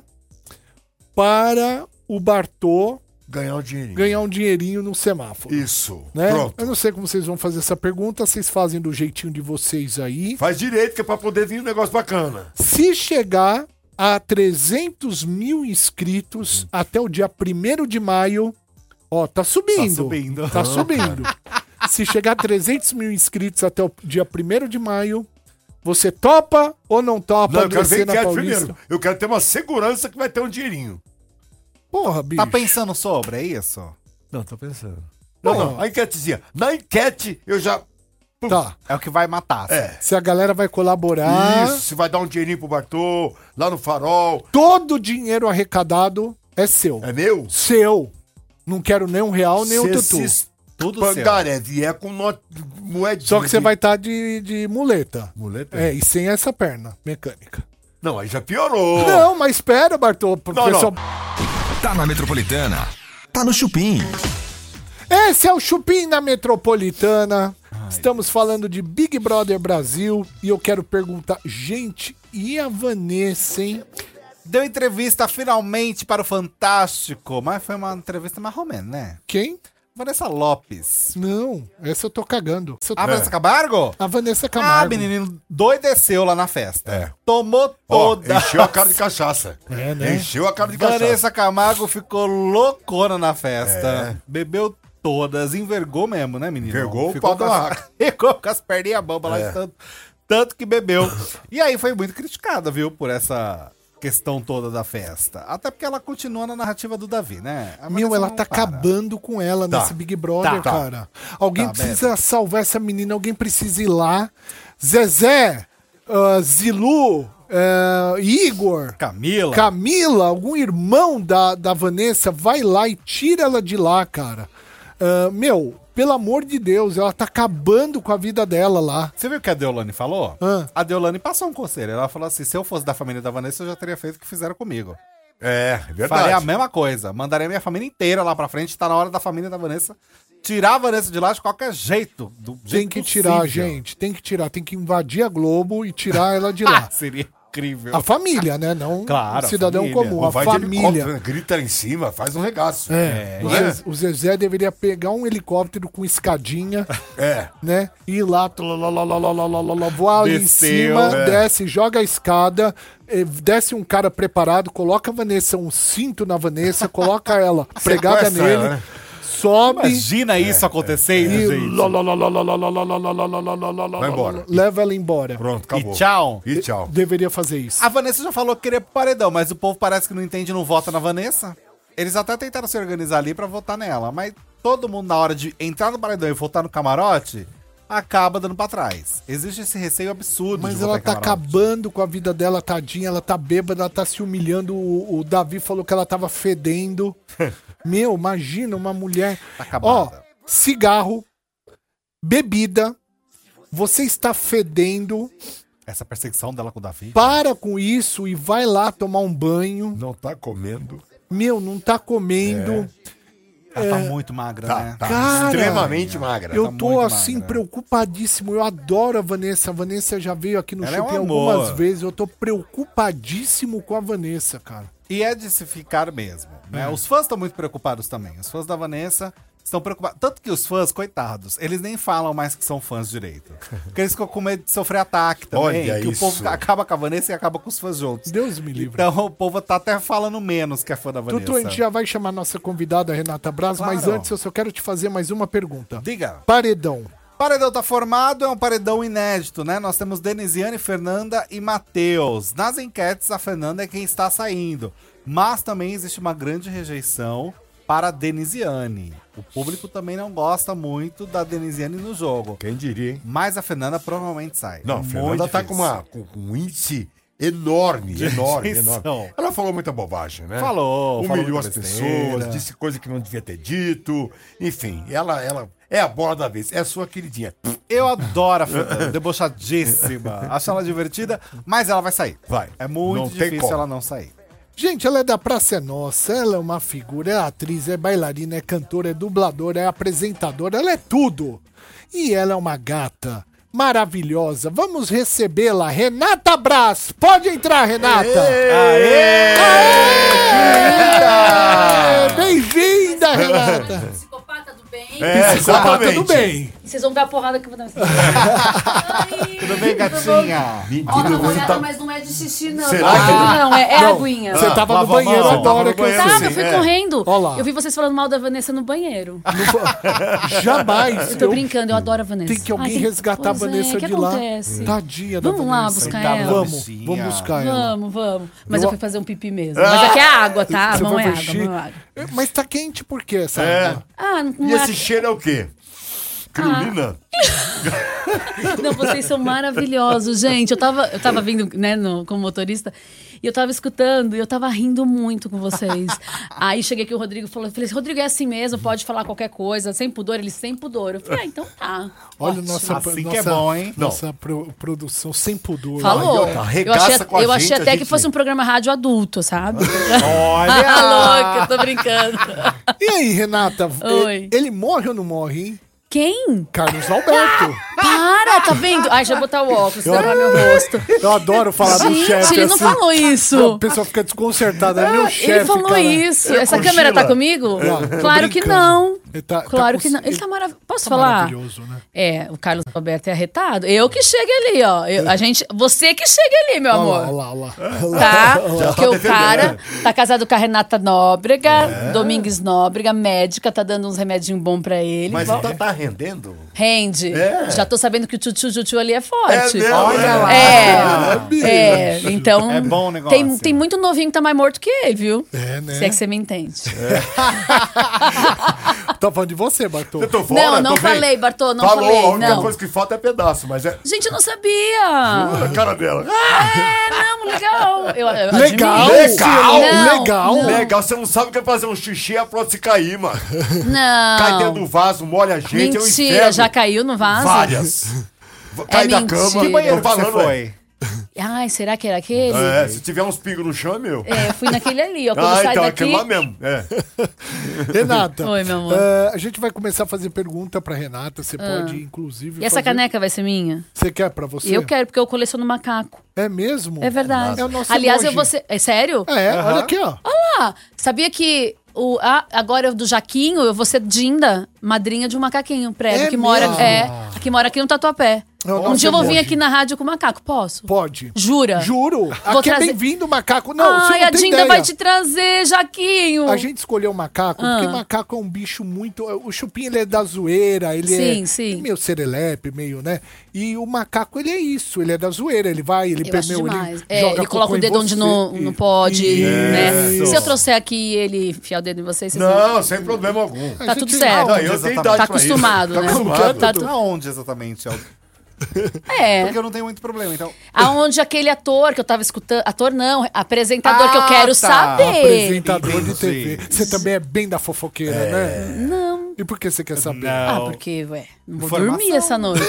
para o Bartô Ganhar um dinheirinho. ganhar um dinheirinho no semáforo. Isso. Né? Pronto. Eu não sei como vocês vão fazer essa pergunta, vocês fazem do jeitinho de vocês aí. Faz direito, que é pra poder vir um negócio bacana. Se chegar a trezentos mil inscritos até o dia primeiro de maio, ó, tá subindo. Tá subindo. Tá subindo. Se chegar a trezentos mil inscritos até o dia primeiro de maio, você topa ou não topa Não, eu quero ver descer na enquete Paulista? primeiro. Eu quero ter uma segurança que vai ter um dinheirinho. Porra, bicho. Tá pensando sobre, é isso? Não, tô pensando. Não, Porra. não, a enquetezinha. Na enquete, eu já... Tá. É o que vai matar. É. Se a galera vai colaborar, Isso, se vai dar um dinheirinho pro Bartô, lá no farol. todo o dinheiro arrecadado é seu. É meu? Seu. Não quero nem um real, nem um Se tutu. esses Tudo pangaré vier com not... moedinha. Só que você de- vai estar de, de muleta. Muleta? É, e sem essa perna mecânica. Não, aí já piorou. Não, mas espera, Bartô. pro Não, pessoal- Tá na Metropolitana. Tá no Chupim. Esse é o Chupim na Metropolitana. Estamos falando de Big Brother Brasil. E eu quero perguntar, gente, e a Vanessa, hein? Deu entrevista finalmente para o Fantástico, mas foi uma entrevista mais ou menos, né? Quem? Vanessa Lopes. Não, essa eu tô cagando. Essa eu tô- A Vanessa Camargo? A Vanessa Ah, Camargo. menino, doideceu lá na festa. É. Tomou Ó, toda. encheu a cara de cachaça. É, né? Encheu a cara de cachaça. Vanessa Camargo ficou loucona na festa. É. Bebeu todas, envergou mesmo, né, menino? Envergou o ficou pau com da as, raca. ficou com as perninhas bambas lá É. de tanto, tanto que bebeu. E aí foi muito criticada, viu, por essa questão toda da festa. Até porque ela continua na narrativa do Davi, né? A Meu, Vanessa ela não tá para. acabando com ela Tá. nesse Big Brother, Tá. cara. Alguém Tá, precisa salvar essa menina, alguém precisa ir lá. Zezé, ah, Zilu, ah, Igor, Camila. Camila, algum irmão da, da Vanessa, vai lá e tira ela de lá, cara. Ah, meu, pelo amor de Deus, ela tá acabando com a vida dela lá. Você viu o que a Deolane falou? Ah. A Deolane passou um conselho. Ela falou assim: se eu fosse da família da Vanessa, eu já teria feito o que fizeram comigo. É, é verdade. Faria a mesma coisa. Mandaria minha família inteira lá pra frente. Tá na hora da família da Vanessa tirar a Vanessa de lá de qualquer jeito. Do Tem jeito que possível. tirar, gente. Tem que tirar. Tem que invadir a Globo e tirar ela de lá. Seria incrível. A família, né? Não Claro, o a cidadão família. comum. Ou A vai de família. helicóptero, né? Grita lá em cima, faz um regaço. É, Não o, é? Zezé, o Zezé deveria pegar um helicóptero com escadinha, É. né? Ir lá, tlalalalalalalalala, voar ali em Desceu, cima, é. desce, joga a escada, eh, desce um cara preparado, coloca a Vanessa, um cinto na Vanessa, coloca ela pregada Sequestra nele, ela, né? sobe. Imagina isso acontecendo, E gente. lá, lá, lá, lá, lá, lá, lá, lá, lá, lá, lá, lá, lá, lá, lá, Vai embora. leva ela embora. Pronto, acabou. E tchau. E tchau. Deveria fazer isso. A Vanessa já falou que queria pro paredão, mas o povo parece que não entende e não vota na Vanessa. Eles até tentaram se organizar ali pra votar nela, mas todo mundo, na hora de entrar no paredão e votar no camarote, acaba dando pra trás. Existe esse receio absurdo. Mas de ela votar tá em camarote. acabando com a vida dela, tadinha. Ela tá bêbada, ela tá se humilhando. O, o Davi falou que ela tava fedendo. Meu, imagina uma mulher. Tá acabada. Ó, cigarro, bebida. Você está fedendo. Essa perseguição dela com o Davi. Para com isso e vai lá tomar um banho. Não tá comendo. Meu, não tá comendo. Ela tá muito magra, Tá, né? tá. Cara, Extremamente magra. Eu tá tô muito assim magra. preocupadíssimo. Eu adoro a Vanessa. A Vanessa já veio aqui no Ela é um shopping amor. algumas vezes. Eu tô preocupadíssimo com a Vanessa, cara. E é de se ficar mesmo, né? Os fãs estão muito preocupados também. Os fãs da Vanessa estão preocupados. Tanto que os fãs, coitados, eles nem falam mais que são fãs direito. Porque eles ficam com medo de sofrer ataque também. Olha que isso. o povo acaba com a Vanessa e acaba com os fãs juntos. Deus me livre. Então o povo tá até falando menos que é fã da Vanessa. Tutu, a gente já vai chamar nossa convidada, Renata Braz, mas Claro. antes eu só quero te fazer mais uma pergunta. Diga. Paredão. Paredão tá formado, é um paredão inédito, né? Nós temos Denisiane, Fernanda e Matheus. Nas enquetes, a Fernanda é quem está saindo. Mas também existe uma grande rejeição para a Denisiane. O público também não gosta muito da Denisiane no jogo. Quem diria, hein? Mas a Fernanda provavelmente sai. Não, a Muito Fernanda tá com, difícil. uma, com, com um índice enorme, enorme, rejeição. enorme. Ela falou muita bobagem, né? Falou, falou Humilhou as muita besteira. pessoas, disse coisa que não devia ter dito. Enfim, ela, ela é a bola da vez. É a sua queridinha. Eu adoro a Fernanda, debochadíssima. Acho ela divertida, mas ela vai sair. Vai. É muito Não tem difícil como. ela não sair. Gente, ela é da Praça é Nossa, ela é uma figura, é atriz, é bailarina, é cantora, é dubladora, é apresentadora, ela é tudo. E ela é uma gata maravilhosa. Vamos recebê-la, Renata Braz. Pode entrar, Renata. Aê! Bem-vinda, Renata. Psicopata do bem. É, Psicopata exatamente. do bem. E vocês vão ver a porrada que eu vou dar. Ai, Tudo bem, gatinha? Ó, tá você molhada, tá- mas não é de xixi, não. Será Tá? que- Não, é, é Não, aguinha. Você tava no lava a banheiro mão. agora Tava no que eu banheiro, sei. Tava, eu sim, fui é. correndo. Ó lá. Eu vi vocês falando mal da Vanessa no banheiro. Jamais. Eu tô brincando, eu adoro a Vanessa. Tem que alguém Ai, tem- resgatar a pois é, Vanessa o que de lá. acontece? Tadinha da Vamos lá Vanessa. buscar Coitada ela. da Vamos, bichinha. vamos buscar ela. Vamos, vamos. Mas Eu- eu fui fazer um pipi mesmo. Mas aqui é água, tá? Você Não foi é pro água, xixi? não é água. Mas tá quente por quê essa É. água? Ah, não E é esse cheiro é o quê? Criolina? Não, vocês são maravilhosos, gente. Eu tava, eu tava vindo, né, no, como motorista, e eu tava escutando, e eu tava rindo muito com vocês. Aí cheguei aqui, o Rodrigo falou, eu falei, Rodrigo, é assim mesmo, pode falar qualquer coisa, sem pudor, ele sem pudor. Eu falei, ah, então tá. Olha Ótimo. nossa, Assim nossa, que é bom, hein? Nossa pro- produção sem pudor. Falou. Aí, ó, tá, eu arregaça achei, com a eu achei gente, até a que gente- fosse um programa rádio adulto, sabe? Olha! Ah, louca, tô brincando. E aí, Renata? Oi. Ele, ele morre ou não morre, hein? Quem? Carlos Alberto. Para, tá vendo? Ai, deixa eu botar o óculos, tapar meu rosto. Eu adoro falar do Gente, chefe ele não assim. falou A isso. pessoa fica desconcertada. É meu chefe, Ele falou cara. isso. É Essa cochila. câmera tá comigo? Não, tô Claro que brincando. não. Ele tá- claro tá que com- não. Ele tá maravilhoso. Posso Tá falar? maravilhoso, né? É, o Carlos Alberto é arretado. Eu que chego ali, ó. Eu- a gente, você que chega ali, meu Olha amor. lá, olha lá, olha lá. Tá? Porque o defendendo. cara tá casado com a Renata Nóbrega, Domingues Nóbrega, médica, tá dando uns remedinhos bons pra ele. Mas Bom, então tá rendendo? Rende. É. Já tô sabendo que o tchutchu ali é forte. É mesmo, Olha é. lá. Ah, É, é, então. É bom o negócio. Tem, tem muito novinho que tá mais morto que ele, viu? É, né? Se é que você me entende. Tô falando de você, Bartô. Eu tô fora, Não, não tô bem. falei, Bartô, não Falou, falei, a única não. coisa que falta é pedaço, mas é Gente, eu não sabia. a cara dela. É, não, legal. Eu, eu Legal, admiro. Legal. Não, legal. não. Legal, você não sabe o que é fazer um xixi e a prótese cair, mano. Não. Cai dentro do vaso, molha a gente, é um Mentira, inferno. já caiu no vaso? Várias. Cai da mentira. cama, Que banheiro tô que você falando, foi? Ai, será que era aquele? É, se tiver uns pingos no chão, é meu. É, eu fui naquele ali, ó. Quando Ah, sai então, daqui... aquele lá mesmo. É. Renata. Oi, meu amor. eh, a gente vai começar a fazer pergunta pra Renata. Você pode, inclusive. E essa fazer- caneca vai ser minha? Você quer pra você? Eu quero, porque eu coleciono macaco. É mesmo? É verdade. É o nosso Aliás, eu emoji. vou ser... É sério? É, olha aqui, ó. Ah, sabia que o, ah, agora do Jaquinho, eu vou ser Dinda, madrinha de um macaquinho prévio É que mora, mesmo? é, que mora aqui no Tatuapé. Não, Um nossa, dia eu vou vir emoji. aqui na rádio com o macaco, posso? Pode. Jura? Juro. Vou Aqui é trazer- bem-vindo, macaco. Não, você Ai, não a tem Dinda ideia. vai te trazer, Jaquinho. A gente escolheu o macaco porque Ah. macaco é um bicho muito... O Chupim, ele é da zoeira, ele Sim, é sim. meio serelepe, meio, né? E o macaco, ele é isso, ele é da zoeira. Ele vai, ele... Eu pe- acho meu, demais. ele É, joga ele coloca cocô o em dedo onde você. não, não pode, Isso. né? Se eu trouxer aqui ele enfiar o dedo em vocês, vocês Não, sem problema algum. Tá tudo gente- certo. Não, eu tenho idade Tá pra isso. acostumado, Tá né? acostumado. Tá tu- Aonde exatamente? É o- É. Porque eu não tenho muito problema, então... Aonde aquele ator que eu tava escutando. Ator não, apresentador que eu Ah, quero tá. saber. Apresentador de Entendi. T V. Você também é bem da fofoqueira, né? Não. E por que você quer saber? Ah, porque, ué, não vou Informação. dormir essa noite.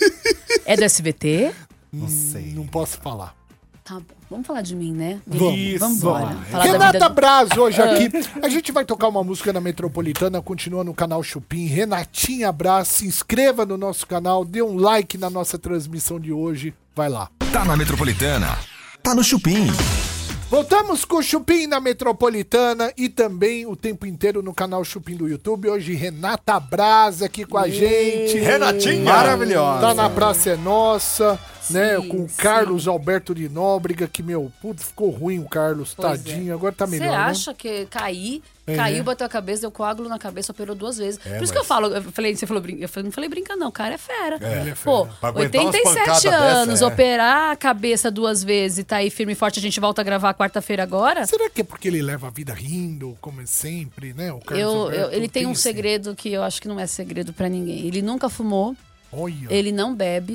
É do S B T? Não sei. Não posso falar. Tá bom. Vamos falar de mim, né? Vamos. Vamos embora. Vamos. Falar da Renata vida do- Braz hoje aqui. A gente vai tocar uma música na Metropolitana, continua no canal Chupim. Renatinha Braz, se inscreva no nosso canal, dê um like na nossa transmissão de hoje. Vai lá. Tá na Metropolitana. Tá no Chupim. Voltamos com o Chupim na Metropolitana e também o tempo inteiro no canal Chupim do YouTube. Hoje Renata Braz aqui com a gente. Renatinha. Maravilhosa. Tá na Praça é Nossa, né? Sim, Com o sim. Carlos Alberto de Nóbrega, que, meu, putz, ficou ruim o Carlos, Pois tadinho. é. Agora tá melhor, Você né? acha que cair, É. caiu, bateu a cabeça, deu coágulo na cabeça, operou duas vezes. É, Por isso que eu falo, eu falei, você falou, brin- eu falei, não falei brincando, não, o cara é fera. Ele é fera. Pô, Pra aguentar umas oitenta e pancadas sete anos, dessa, é. operar a cabeça duas vezes e tá aí firme e forte, a gente volta a gravar quarta-feira agora. Será que é porque ele leva a vida rindo, como é sempre, né? O Carlos Eu, eu- Alberto ele tem um esse- segredo que eu acho que não é segredo pra ninguém. Ele nunca fumou, Olha. ele não bebe,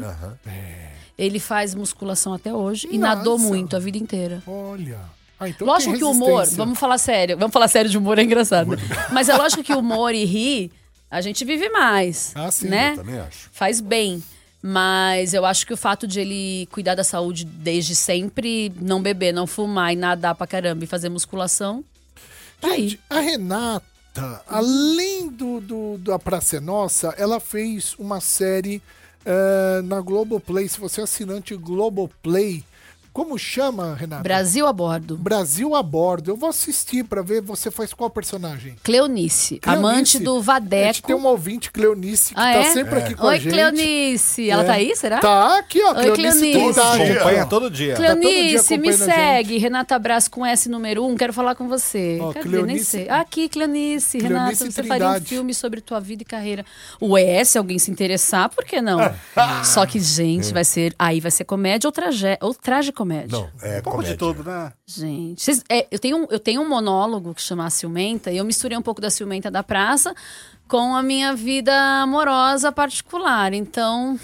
ele faz musculação até hoje e Nossa. nadou muito a vida inteira. Olha. Ah, então Lógico tem que o humor, resistência. vamos falar sério, vamos falar sério de humor, é engraçado. né? Mas é lógico que o humor e rir, a gente vive mais, Ah, sim, né? eu também acho. Faz bem. Mas eu acho que o fato de ele cuidar da saúde desde sempre, não beber, não fumar e nadar pra caramba e fazer musculação, tá aí. Gente, a Renata, além do, do, da Praça é Nossa, ela fez uma série eh, na Globoplay. Se você é assinante Globoplay, como chama, Renata? Brasil a bordo. Brasil a bordo. Eu vou assistir pra ver você faz qual personagem. Cleonice, Cleonice. amante do A gente Vadeco. tem uma ouvinte, Cleonice, que Ah, tá é? sempre aqui com a Oi, gente. Cleonice. Ela É. tá aí, será? Tá aqui, ó. Oi, Cleonice Cleonice. Trindade. Acompanha todo dia. todo dia Cleonice, me acompanhando a segue. Renata Braz com S número um, quero falar com você. Ó, Cadê? Nem Cleonice- sei. Aqui, Cleonice. Renata, Cleonice você faria um Trindade. filme sobre tua vida e carreira. O E, se alguém se interessar, por que não? Só que, gente, vai ser. Aí vai ser comédia ou, tragé ou tragicomédia. Não, é Um pouco comédia. de tudo, né? Gente, vocês- é, eu, tenho um, eu tenho um monólogo que chama A Ciumenta, e eu misturei um pouco da ciumenta da praça com a minha vida amorosa particular. Então,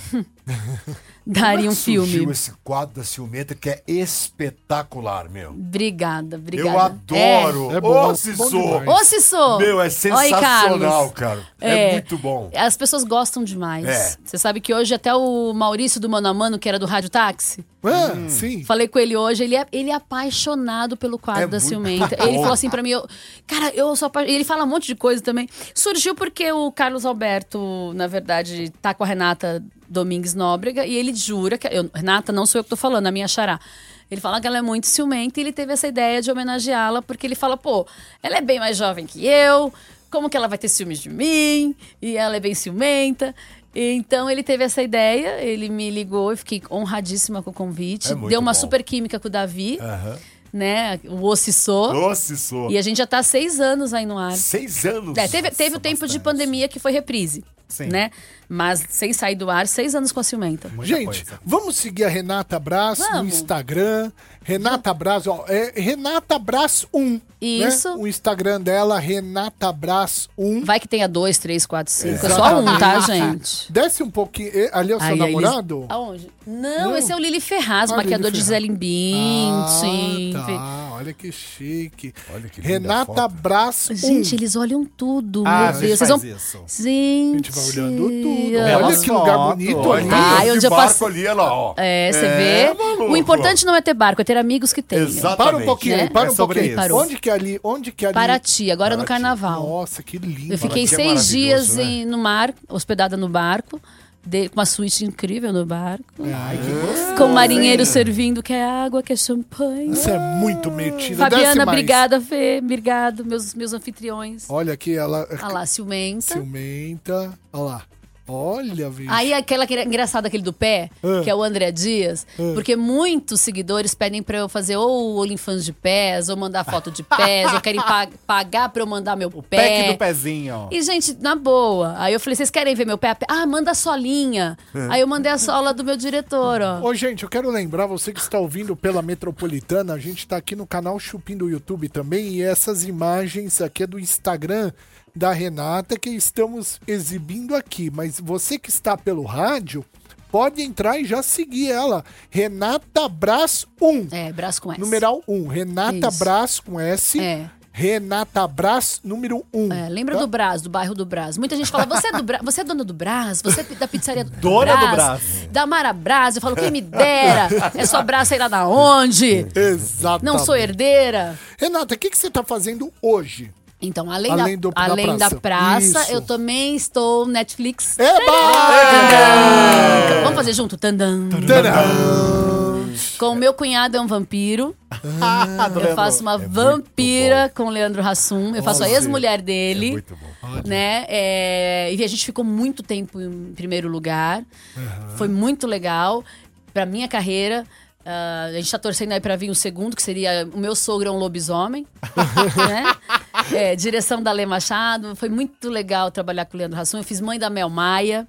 daria um Surgiu filme. esse quadro da Ciumenta que é espetacular, meu. Obrigada, obrigada. Eu adoro. É. É bom, Ô, bom Cissô. demais. Ô, Cissô! Meu, é Oi, sensacional, Carlos. cara. É, muito bom. As pessoas gostam demais. É. Você sabe que hoje até o Maurício do Mano a Mano, que era do Rádio Táxi, Ah, sim. falei com ele hoje, ele é, ele é apaixonado pelo quadro É da muito Ciumenta. bom. Ele falou assim pra mim, eu, cara, eu sou apaixonado. Ele fala um monte de coisa também. Surgiu porque o Carlos Alberto, na verdade, tá com a Renata Domingues Nóbrega e ele jura que. Eu, Renata, não sou eu que tô falando, a minha xará. Ele fala que ela é muito ciumenta e ele teve essa ideia de homenageá-la porque ele fala, pô, ela é bem mais jovem que eu, como que ela vai ter ciúmes de mim? E ela é bem ciumenta. Então ele teve essa ideia, ele me ligou e fiquei honradíssima com o convite. É muito Deu uma bom. super química com o Davi, Aham. né? O Ossissô. Ô, Cissô. E a gente já tá há seis anos aí no ar. Seis anos. É, teve teve o tempo de pandemia que foi reprise, Sim. né? Mas sem sair do ar, seis anos com a Ciumenta. Gente, vamos seguir a Renata Braz no Vamos. Instagram. Renata Braz, ó, é Renata Braz um. Isso. Né? O Instagram dela, Renata Braz um. Vai que tenha dois, três, quatro, cinco. É só um, tá, gente? Desce um pouquinho. eh, Ali é o seu Ai, ai, namorado? Elis- Aonde? Não, Não. esse é o Lili Ferraz, Ah, maquiador Lili de Ferraz. Zé Limbim, sim. Tá, olha que chique. Olha que linda Renata foto. Braz um. Gente, eles olham tudo, Ah, meu a gente Deus. Vocês faz vão... isso. Gente. A gente vai olhando tudo. Olha Olha que lugar foto. bonito Olha, ali. Ai, de onde eu barco passo- ali, olha lá, ó. É, você É, vê. maluco. O importante não é ter barco, é ter amigos que tenham. Exato. Para um pouquinho, Né? para É um sobre pouquinho. isso. Parou. Onde que é ali? Onde que é ali? Paraty, agora no Paraty. carnaval. Nossa, que lindo. Eu fiquei Paraty é seis dias maravilhoso, né? em- no mar, hospedada no barco, de- com uma suíte incrível no barco. Ai, que gostoso. Com o marinheiro servindo, quer água, quer champanhe. Isso é muito metida. Desce Fabiana, mais. obrigada, Fê. Obrigado, meus, meus anfitriões. Olha aqui, ela... Olha lá, ciumenta. Ciumenta. Olha lá. Olha, bicho. Aí aquela que era engraçada, aquele do pé, Ah. que é o André Dias, Ah. porque muitos seguidores pedem pra eu fazer ou o OnlyFans de pés, ou mandar foto de pés, ou querem pa- pagar pra eu mandar meu O pé. pack do pezinho. E, gente, na boa. Aí eu falei, vocês querem ver meu pé? Ah, manda a solinha. Aí eu mandei a sola do meu diretor, ó. Ô, gente, eu quero lembrar, você que está ouvindo pela Metropolitana, a gente tá aqui no canal Chupim do YouTube também, e essas imagens aqui é do Instagram da Renata que estamos exibindo aqui. Mas você que está pelo rádio, pode entrar e já seguir ela. Renata Brás um. É, braço com S. Numeral um. Renata Isso. Brás com S. É. Renata Brás, número um. É, lembra Tá? do Brás, do bairro do Brás. Muita gente fala, você é, do Bra... você é dona do Brás? Você é da pizzaria do Dona do Brás? Brás. Da Mara Brás. Eu falo, quem me dera? É sua Brás, sei lá da onde? Exatamente. Não sou herdeira. Renata, o que, que você tá fazendo hoje? Então, além, Além da, do- da além da praça. praça, Isso. eu também estou Netflix. Eba! Vamos fazer junto? Tandam. Com o meu cunhado é um vampiro. Eu faço uma vampira com o Leandro Hassum. Eu faço a ex-mulher dele. Muito bom. Né? É, e a gente ficou muito tempo em primeiro lugar. Foi muito legal pra minha carreira. Ah, a gente tá torcendo aí pra vir o segundo, que seria O Meu Sogro é um Lobisomem. Né? É, direção da Lê Machado. Foi muito legal trabalhar com o Leandro Hassum. Eu fiz Mãe da Mel Maia.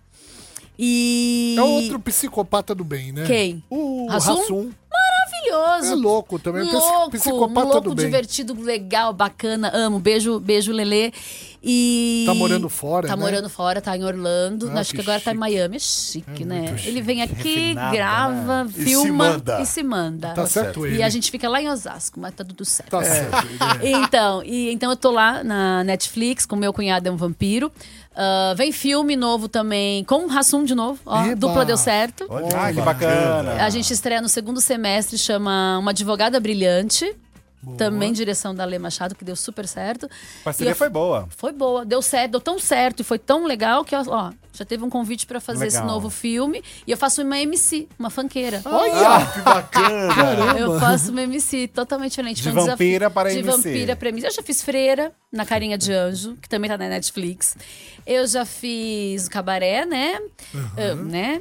E... É outro psicopata do bem, né? Quem? O Hassum? Hassum. Maravilhoso. É louco também. É um Louco, psicopata louco, do bem. divertido, legal, bacana. Amo. Beijo, beijo, Lelê. E... Tá morando fora, Tá né? morando fora, tá em Orlando. Ah, Acho que, que agora tá em chique. Miami. É chique, né? muito chique. Ele vem aqui, Refinada, grava, E se filma manda. e se manda. Tá certo ele. E a gente fica lá em Osasco, mas tá tudo certo. Tá certo. ele é. Então, e, então eu tô lá na Netflix com meu cunhado é um vampiro. Ah, vem filme novo também, com o Hassum de novo. Ó, Eba! dupla deu certo. Olha Ah, que bacana. A gente estreia no segundo semestre, chama Uma Advogada Brilhante. Também direção da Lê Machado, que deu super certo. A parceria E eu- foi boa. Foi boa, deu certo, deu tão certo e foi tão legal que, ó, já teve um convite pra fazer esse Legal. novo filme. E eu faço uma M C, uma funkeira. Olha! Que bacana. Eu faço uma M C totalmente diferente. De Foi um vampira para de M C. vampira para M C. Eu já fiz Freira, na Carinha de Anjo, que também tá na Netflix. Eu já fiz Cabaré, né? Ah, né?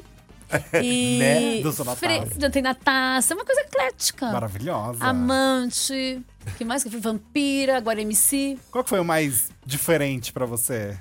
E Né? Dança na Fre... taça. Tem na taça, uma coisa eclética. Maravilhosa. Amante. que mais que eu fui? Vampira, agora M C. Qual que foi o mais diferente pra você?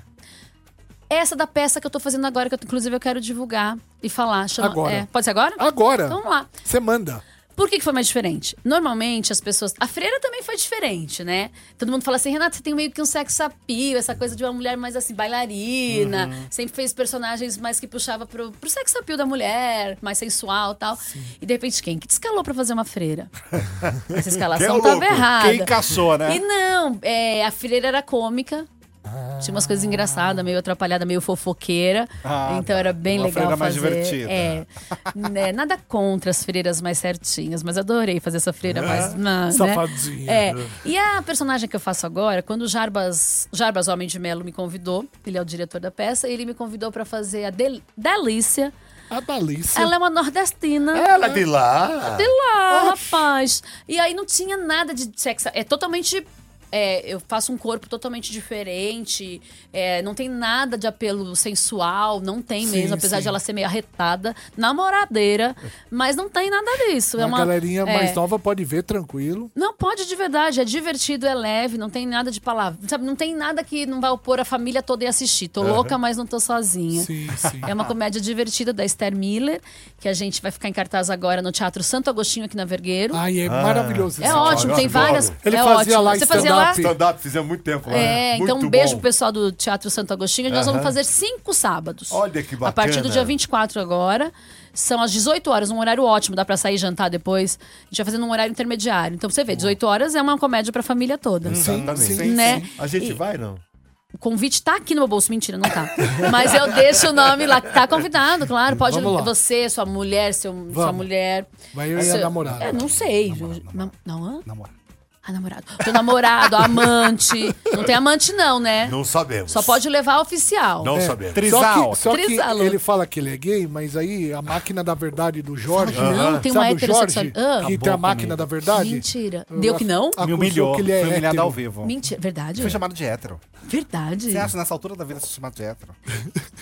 Essa da peça que eu tô fazendo agora, que eu, inclusive eu quero divulgar e falar. Chama, Agora. é, pode ser agora? Agora, Então vamos lá. você manda. Por que, que foi mais diferente? Normalmente as pessoas. A freira também foi diferente, né? Todo mundo fala assim, Renata, você tem meio que um sex appeal, essa coisa de uma mulher mais assim, bailarina. Sempre fez personagens mais que puxava pro, pro sex appeal da mulher, mais sensual e tal. E de repente, quem que te escalou pra fazer uma freira? Essa Quem é escalação o tava louco? errada. Quem encaixou, né? E não, é, a freira era cômica. Tinha umas coisas engraçadas, meio atrapalhada, meio fofoqueira. Ah, então tá. era bem Uma legal freira mais fazer. divertida. É, né, nada contra as freiras mais certinhas, mas adorei fazer essa freira mais. na- né? Safadinha. É. E a personagem que eu faço agora, quando o Jarbas, Jarbas Homem de Melo me convidou, ele é o diretor da peça, ele me convidou pra fazer a Del- Delícia. A Dalícia. Ela é uma nordestina. Ela de lá. De lá, rapaz. E aí não tinha nada de sexo. É totalmente. É, eu faço um corpo totalmente diferente. É, não tem nada de apelo sensual. Não tem Sim, mesmo, apesar sim. de ela ser meio arretada, namoradeira. Mas não tem nada disso. É A uma galerinha é, mais nova pode ver tranquilo. Não, pode de verdade. É divertido, é leve, não tem nada de palavra. Sabe, não tem nada que não vai opor a família toda e assistir. Tô louca, mas não tô sozinha. Sim, sim. É uma comédia divertida da Esther Miller, que a gente vai ficar em cartaz agora no Teatro Santo Agostinho, aqui na Vergueiro. Ai, é maravilhoso é esse ótimo, eu tem adoro. várias. Ele é fazia ótimo. lá Você fazia lá? stand-up. Stand-up, fizemos muito tempo lá. É, então Muito um beijo bom. pro pessoal do Teatro Santo Agostinho. Nós vamos fazer cinco sábados. Olha que A partir do bacana. dia vinte e quatro agora. São às dezoito horas, um horário ótimo, dá pra sair e jantar depois. A gente vai fazendo um horário intermediário. Então você vê, dezoito horas é uma comédia pra família toda. Sim, Exatamente. sim. Né? A gente E- vai, não? O convite tá aqui no meu bolso. Mentira, não tá. Mas eu deixo o nome lá. Tá convidado, claro. Pode Vamos lá. você, sua mulher, seu, sua Vamos. mulher. Vai eu e a Seu- namorada. É, não sei. Não, não, hã? Namorado. Ah, namorado. Seu namorado, amante. Não tem amante, não, né? Não sabemos. Só pode levar oficial. Não É. sabemos. Trisal. Só que, só que Trisalo. ele fala que ele é gay, mas aí a máquina da verdade do Jorge. Fala que não, tem uma sabe o heterossexual- Jorge, Ah. que Acabou tem a máquina comigo. da verdade? Mentira. Deu que não? Me Acusou humilhou. que ele é Foi humilhado hétero. ao vivo. Mentira. Verdade? Foi chamado de hétero. Verdade. Você acha nessa altura da vida ser chamado de hétero?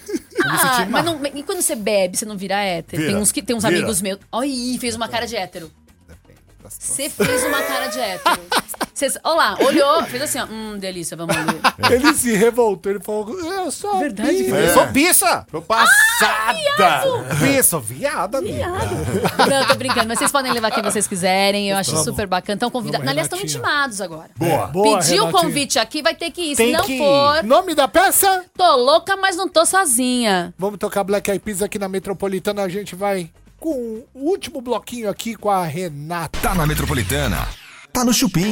me senti Ah, mal. mas não, e quando você bebe, você não vira hétero? Vira, Tem uns, que, tem uns vira. amigos meus. Oi, fez uma cara de hétero. Você fez uma cara de hétero. Você, olá, olhou, fez assim, ó. Hum, delícia, vamos ali. Ele se revoltou, ele falou, eu sou Verdade, bi. Eu sou bicha! Tô passada! Bicha, viada, amiga. Não, tô brincando, mas vocês podem levar quem vocês quiserem. Eu acho super bacana. Estão convidados. Vamos, Aliás, estão Renatinha. intimados agora. Boa. Boa, Pediu o Renatinha. convite aqui, vai ter que ir. Tem Se não que ir. for, Nome da peça? tô louca, mas não tô sozinha. Vamos tocar Black Eyed Peas aqui na Metropolitana. A gente vai com o último bloquinho aqui com a Renata. Tá na Metropolitana. Tá no Chupim.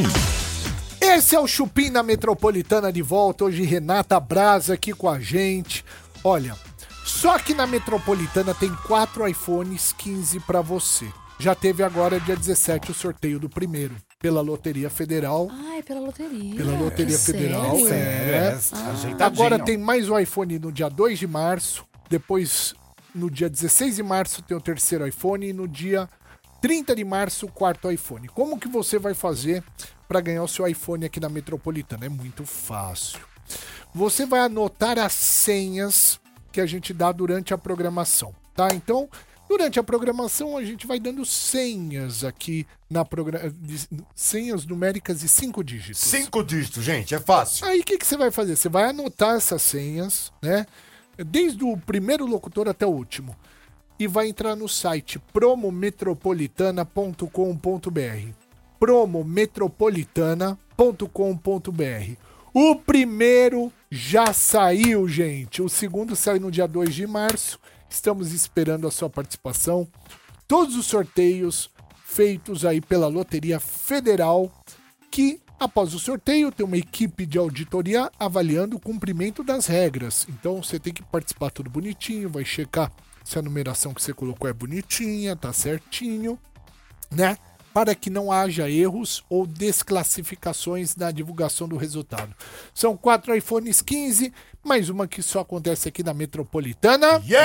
Esse é o Chupim na Metropolitana de volta. Hoje Renata Braz aqui com a gente. Olha, só que na Metropolitana tem quatro iPhones quinze pra você. Já teve agora, dia dezessete, o sorteio do primeiro. Pela Loteria Federal. Ai, pela loteria. Pela Loteria É Federal. sério? É. Ajeitadinho. Agora tem mais um iPhone no dia dois de março. Depois, no dia dezesseis de março, tem o terceiro iPhone. E no dia trinta de março, o quarto iPhone. Como que você vai fazer para ganhar o seu iPhone aqui na Metropolitana? É muito fácil. Você vai anotar as senhas que a gente dá durante a programação, tá? Então, durante a programação, a gente vai dando senhas aqui na programação. Senhas numéricas de cinco dígitos. Cinco dígitos, gente, é fácil. Aí o que, que você vai fazer? Você vai anotar essas senhas, né? Desde o primeiro locutor até o último. E vai entrar no site promo metropolitana ponto com ponto br. promo metropolitana ponto com ponto br. O primeiro já saiu, gente. O segundo saiu no dia dois de março. Estamos esperando a sua participação. Todos os sorteios feitos aí pela Loteria Federal, que após o sorteio tem uma equipe de auditoria avaliando o cumprimento das regras. Então você tem que participar tudo bonitinho, vai checar se a numeração que você colocou é bonitinha, tá certinho, né? Para que não haja erros ou desclassificações na divulgação do resultado. São quatro iPhones quinze, mais uma que só acontece aqui na Metropolitana. Yes!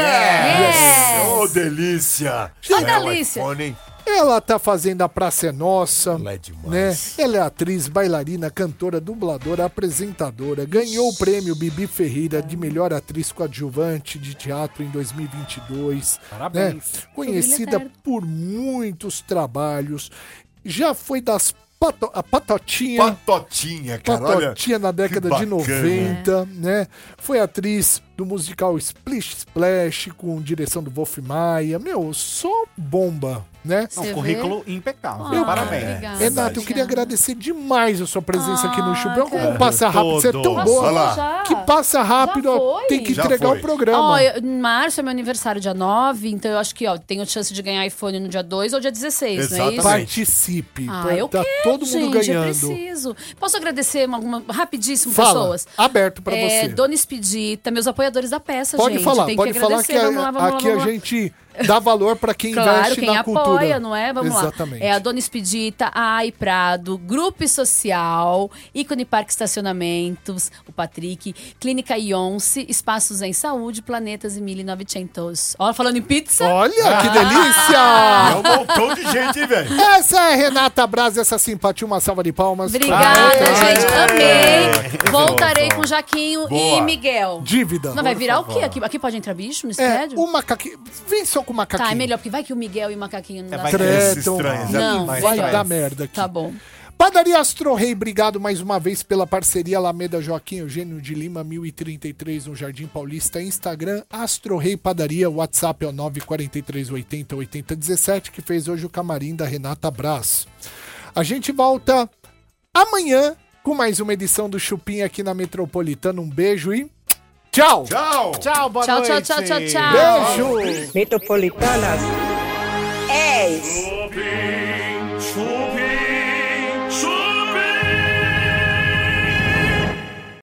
Yes! Oh, delícia! Ô, É um delícia. iPhone. Ela tá fazendo A Praça é Nossa, Ela é demais. né? Ela é atriz, bailarina, cantora, dubladora, apresentadora. Ganhou o prêmio Bibi Ferreira de melhor atriz coadjuvante de teatro em dois mil e vinte e dois. Parabéns. Né? Conhecida eterno. por muitos trabalhos. Já foi das pato a Patotinha. Patotinha, cara. Olha, Patotinha na década que de bacana. noventa, né? Foi atriz do musical Splish Splash, com direção do Wolf Maia. Meu, só bomba, né? É um Você currículo impecável. Ah, Parabéns. obrigada. Renato, eu queria agradecer demais a sua presença aqui no Ah, Chupão. Como cara. passa rápido, você é tão Todo. boa. Olha lá. Já? Que passa rápido, Já ó, foi? tem que Já entregar foi. o programa. Ó, eu- em março é meu aniversário, dia nove, então eu acho que, ó, tenho chance de ganhar iPhone no dia dois ou dia dezesseis, não é isso? Exatamente. Participe. Ah, pra- eu tá quero, todo mundo gente, eu ganhando. preciso. Posso agradecer uma, alguma, rapidíssimo, Fala, pessoas? aberto pra É, você. Dona Expedita, meus apoiadores da peça, Pode gente. falar, tem pode que falar agradecer. que a- vamos lá, vamos aqui lá, vamos a lá. gente dá valor pra quem Claro, investe quem na apoia, cultura. não é? Vamos Exatamente. lá. É a Dona Expedita, a Ai Prado, Grupo Social, Ícone Parque Estacionamentos, o Patrick, Clínica Ionce, Espaços em Saúde, Planetas e mil e novecentos. Ó, falando em pizza. Olha, que É delícia! um montão de gente, hein, velho? Essa é a Renata Braz, essa simpatia, uma salva de palmas. Obrigada, Aê! gente. Amei. Voltarei com Jaquinho Boa. e Miguel. Dívida. Não vai virar o quê? Aqui, aqui pode entrar bicho nesse É, prédio? o macaquinho. Vem só com o macaquinho. Tá, é melhor, porque vai que o Miguel e o macaquinho não É, dá vai certo. que Esse Tretam. estranho, já Não, vai vai, dar vai. merda aqui. Tá bom. Padaria Astro Rei, obrigado mais uma vez pela parceria. Alameda Joaquim Eugênio de Lima, mil e trinta e três, no Jardim Paulista. Instagram, Astro Rei Padaria. WhatsApp é o nove quatro três oito zero oito zero um sete, que fez hoje o camarim da Renata Braz. A gente volta amanhã com mais uma edição do Chupim aqui na Metropolitana. Um beijo e tchau! Tchau! Tchau, boa Tchau, tchau, noite. tchau, tchau, tchau. Beijo! Metropolitana. Chupim.